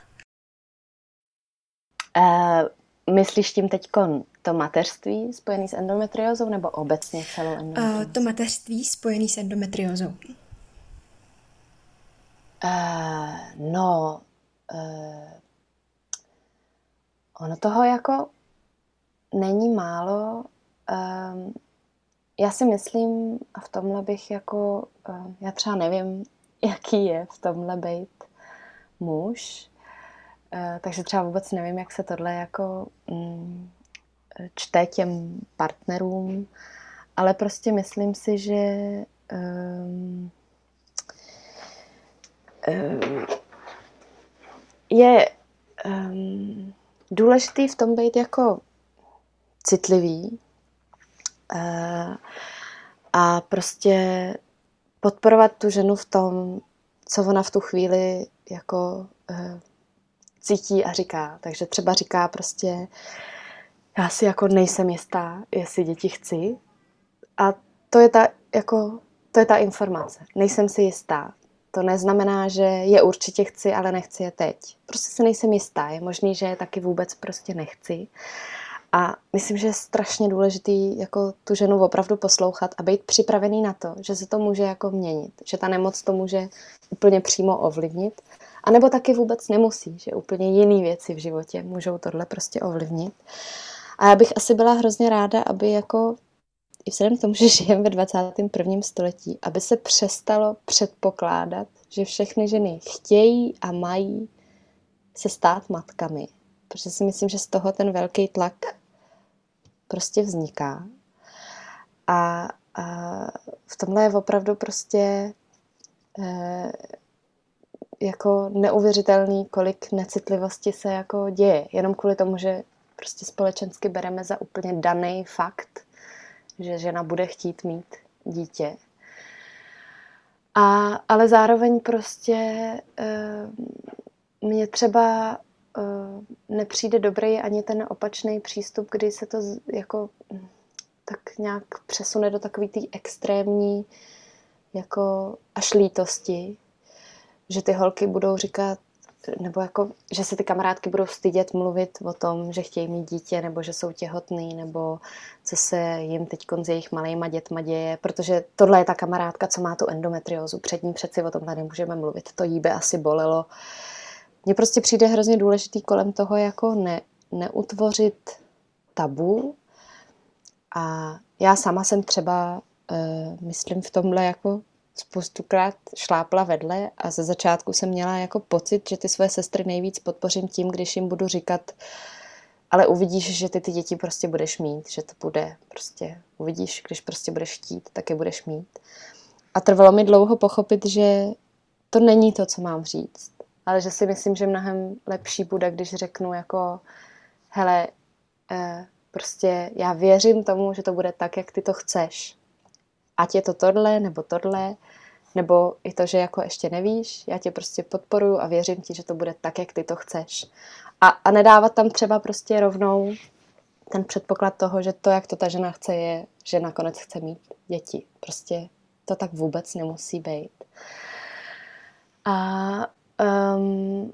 Uh, myslíš tím teďkon to mateřství spojené s endometriózou nebo obecně celou endometriózou? Uh, to mateřství spojené s endometriózou. Uh, no, uh, ono toho jako není málo. Uh, já si myslím, a v tomhle bych jako, uh, já třeba nevím, jaký je v tomhle být muž, uh, takže třeba vůbec nevím, jak se tohle jako um, čte těm partnerům, ale prostě myslím si, že um, je um, důležitý v tom být jako citlivý uh, a prostě podporovat tu ženu v tom, co ona v tu chvíli jako uh, cítí a říká. Takže třeba říká prostě, já si jako nejsem jistá, jestli děti chci. A to je ta, jako, to je ta informace. Nejsem si jistá. To neznamená, že je určitě chci, ale nechci je teď. Prostě si nejsem jistá. Je možný, že je taky vůbec prostě nechci. A myslím, že je strašně důležitý jako tu ženu opravdu poslouchat a být připravený na to, že se to může jako měnit. Že ta nemoc to může úplně přímo ovlivnit. A nebo taky vůbec nemusí, že úplně jiný věci v životě můžou tohle prostě ovlivnit. A já bych asi byla hrozně ráda, aby jako i vzhledem k tomu, že žijeme ve dvacátém prvním století, aby se přestalo předpokládat, že všechny ženy chtějí a mají se stát matkami. Protože si myslím, že z toho ten velký tlak prostě vzniká. A, a v tomhle je opravdu prostě eh, jako neuvěřitelný, kolik necitlivosti se jako děje. Jenom kvůli tomu, že prostě společensky bereme za úplně daný fakt, že žena bude chtít mít dítě. A, ale zároveň prostě e, mně třeba e, nepřijde dobrý ani ten opačný přístup, kdy se to jako tak nějak přesune do takový té extrémní jako až lítosti, že ty holky budou říkat, nebo jako, že se ty kamarádky budou stydět mluvit o tom, že chtějí mít dítě, nebo že jsou těhotný, nebo co se jim teď s jejich malejma dětma děje, protože tohle je ta kamarádka, co má tu endometriózu. Před ní přeci o tomhle nemůžeme mluvit, to jí by asi bolelo. Mně prostě přijde hrozně důležitý kolem toho jako ne, neutvořit tabu. A já sama jsem třeba, uh, myslím v tomhle jako spoustukrát šlápla vedle a ze začátku jsem měla jako pocit, že ty svoje sestry nejvíc podpořím tím, když jim budu říkat, ale uvidíš, že ty ty děti prostě budeš mít, že to bude prostě, uvidíš, když prostě budeš chtít, tak je budeš mít. A trvalo mi dlouho pochopit, že to není to, co mám říct, ale že si myslím, že mnohem lepší bude, když řeknu jako, hele, eh, prostě já věřím tomu, že to bude tak, jak ty to chceš. Ať je to tohle, nebo tohle, nebo i to, že jako ještě nevíš, já tě prostě podporuju a věřím ti, že to bude tak, jak ty to chceš. A, a nedávat tam třeba prostě rovnou ten předpoklad toho, že to, jak to ta žena chce, je, že nakonec chce mít děti. Prostě to tak vůbec nemusí být. A um,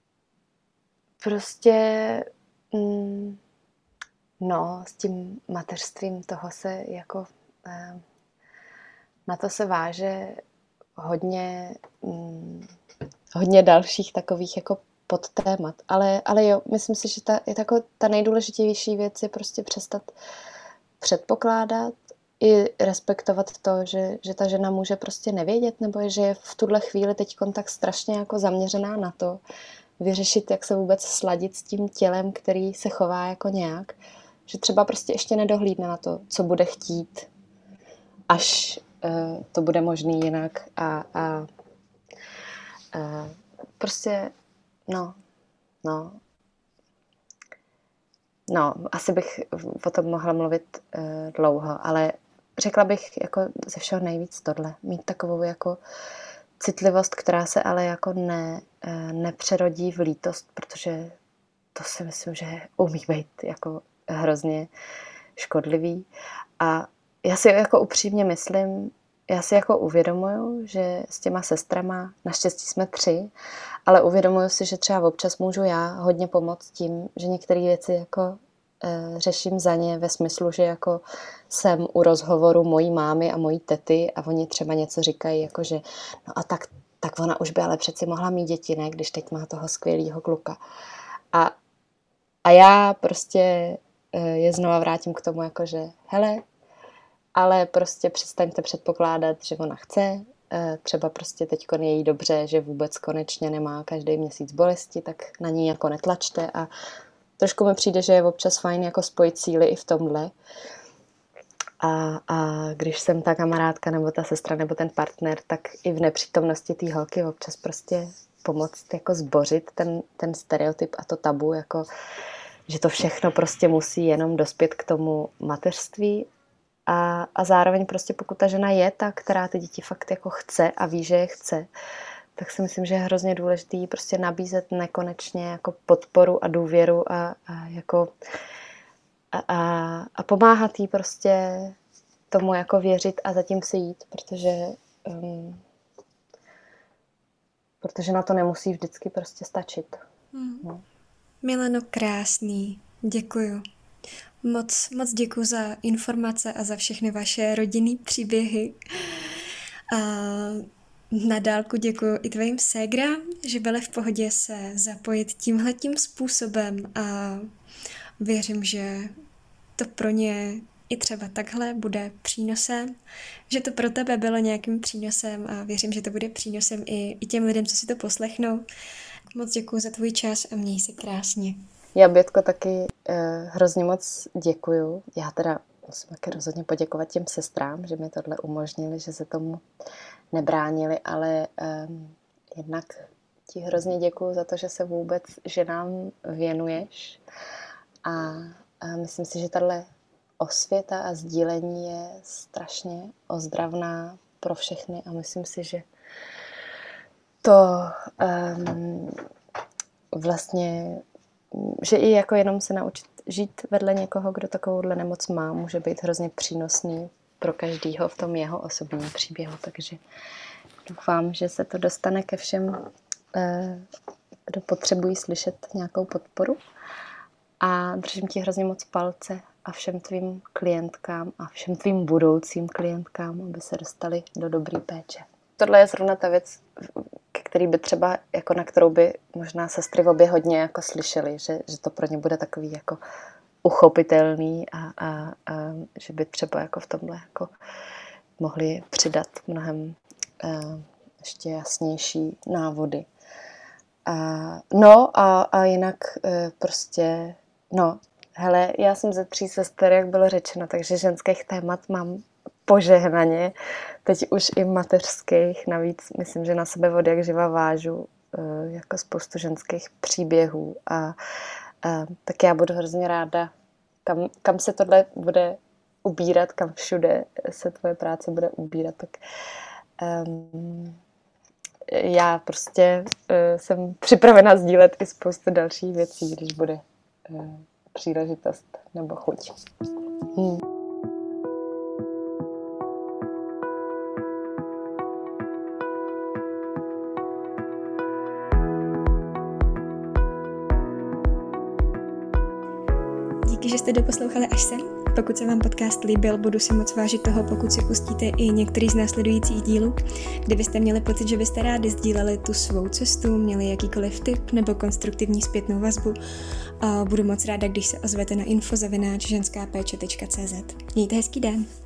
prostě um, no, s tím mateřstvím toho se jako um, na to se váže hodně, hm, hodně dalších takových jako podtémat. Ale, ale jo, myslím si, že ta, je tako, ta nejdůležitější věc je prostě přestat předpokládat i respektovat to, že, že ta žena může prostě nevědět, nebo že je v tuhle chvíli teď tak strašně jako zaměřená na to, vyřešit, jak se vůbec sladit s tím tělem, který se chová jako nějak, že třeba prostě ještě nedohlídne na to, co bude chtít, až uh, to bude možný jinak a, a uh, prostě no, no no, asi bych o tom mohla mluvit uh, dlouho, ale řekla bych jako ze všeho nejvíc tohle, mít takovou jako citlivost, která se ale jako ne, nepřerodí v lítost, protože to si myslím, že umí být jako hrozně škodlivý. A já si jako upřímně myslím, já si jako uvědomuju, že s těma sestrama, naštěstí jsme tři, ale uvědomuju si, že třeba občas můžu já hodně pomoct tím, že některé věci jako e, řeším za ně ve smyslu, že jako jsem u rozhovoru mojí mámy a mojí tety a oni třeba něco říkají, jako že no a tak, tak ona už by ale přeci mohla mít děti, ne, když teď má toho skvělýho kluka. A, a já prostě e, je znova vrátím k tomu, jako že hele, ale prostě přestaňte předpokládat, že ona chce, třeba prostě teď je jí dobře, že vůbec konečně nemá každý měsíc bolesti, tak na ní jako netlačte a trošku mi přijde, že je občas fajn jako spojit síly i v tomhle. A, a když jsem ta kamarádka nebo ta sestra nebo ten partner, tak i v nepřítomnosti té holky občas prostě pomoct jako zbořit ten, ten stereotyp a to tabu, jako že to všechno prostě musí jenom dospět k tomu mateřství. A, a zároveň prostě pokud ta žena je ta, která ty děti fakt jako chce a ví, že je chce, tak si myslím, že je hrozně důležitý prostě nabízet nekonečně jako podporu a důvěru a, a jako a, a, a pomáhat jí prostě tomu jako věřit a zatím si jít, protože um, protože na to nemusí vždycky prostě stačit. Hmm. No. Mileno, krásný. Děkuju. Moc, moc děkuji za informace a za všechny vaše rodinný příběhy. A na dálku děkuji i tvým ségrám, že byly v pohodě se zapojit tímhletím způsobem a věřím, že to pro ně i třeba takhle bude přínosem, že to pro tebe bylo nějakým přínosem a věřím, že to bude přínosem i, i těm lidem, co si to poslechnou. Moc děkuji za tvůj čas a měj se krásně. Já, Bětko, taky eh, hrozně moc děkuju. Já teda musím taky rozhodně poděkovat těm sestrám, že mi tohle umožnili, že se tomu nebránili, ale eh, jednak ti hrozně děkuju za to, že se vůbec ženám věnuješ a, a myslím si, že tahle osvěta a sdílení je strašně ozdravná pro všechny a myslím si, že to um, vlastně že i jako jenom se naučit žít vedle někoho, kdo takovouhle nemoc má, může být hrozně přínosný pro každýho v tom jeho osobním příběhu. Takže doufám, že se to dostane ke všem, kdo potřebují slyšet nějakou podporu. A držím ti hrozně moc palce a všem tvým klientkám a všem tvým budoucím klientkám, aby se dostali do dobré péče. Tohle je zrovna ta věc, který by třeba, jako na kterou by možná sestry v obě hodně jako slyšely, že, že to pro ně bude takový jako uchopitelný a, a, a že by třeba jako v tomhle jako mohli přidat mnohem uh, ještě jasnější návody. A, no a, a jinak uh, prostě, no, hele, já jsem ze tří sester, jak bylo řečeno, takže ženských témat mám požehnaně, teď už i mateřských, navíc myslím, že na sebe od jak živa vážu jako spoustu ženských příběhů a, a tak já budu hrozně ráda, kam, kam se tohle bude ubírat, kam všude se tvoje práce bude ubírat, tak um, já prostě uh, jsem připravena sdílet i spoustu dalších věcí, když bude uh, příležitost nebo chuť. Hmm. Díky, že jste doposlouchali až sem. Pokud se vám podcast líbil, budu si moc vážit toho, pokud si pustíte i některý z následujících dílů. Kdybyste měli pocit, že byste rádi sdíleli tu svou cestu, měli jakýkoliv tip nebo konstruktivní zpětnou vazbu, budu moc ráda, když se ozvete na info zavináč ženská péče tečka cé zet. Mějte hezký den.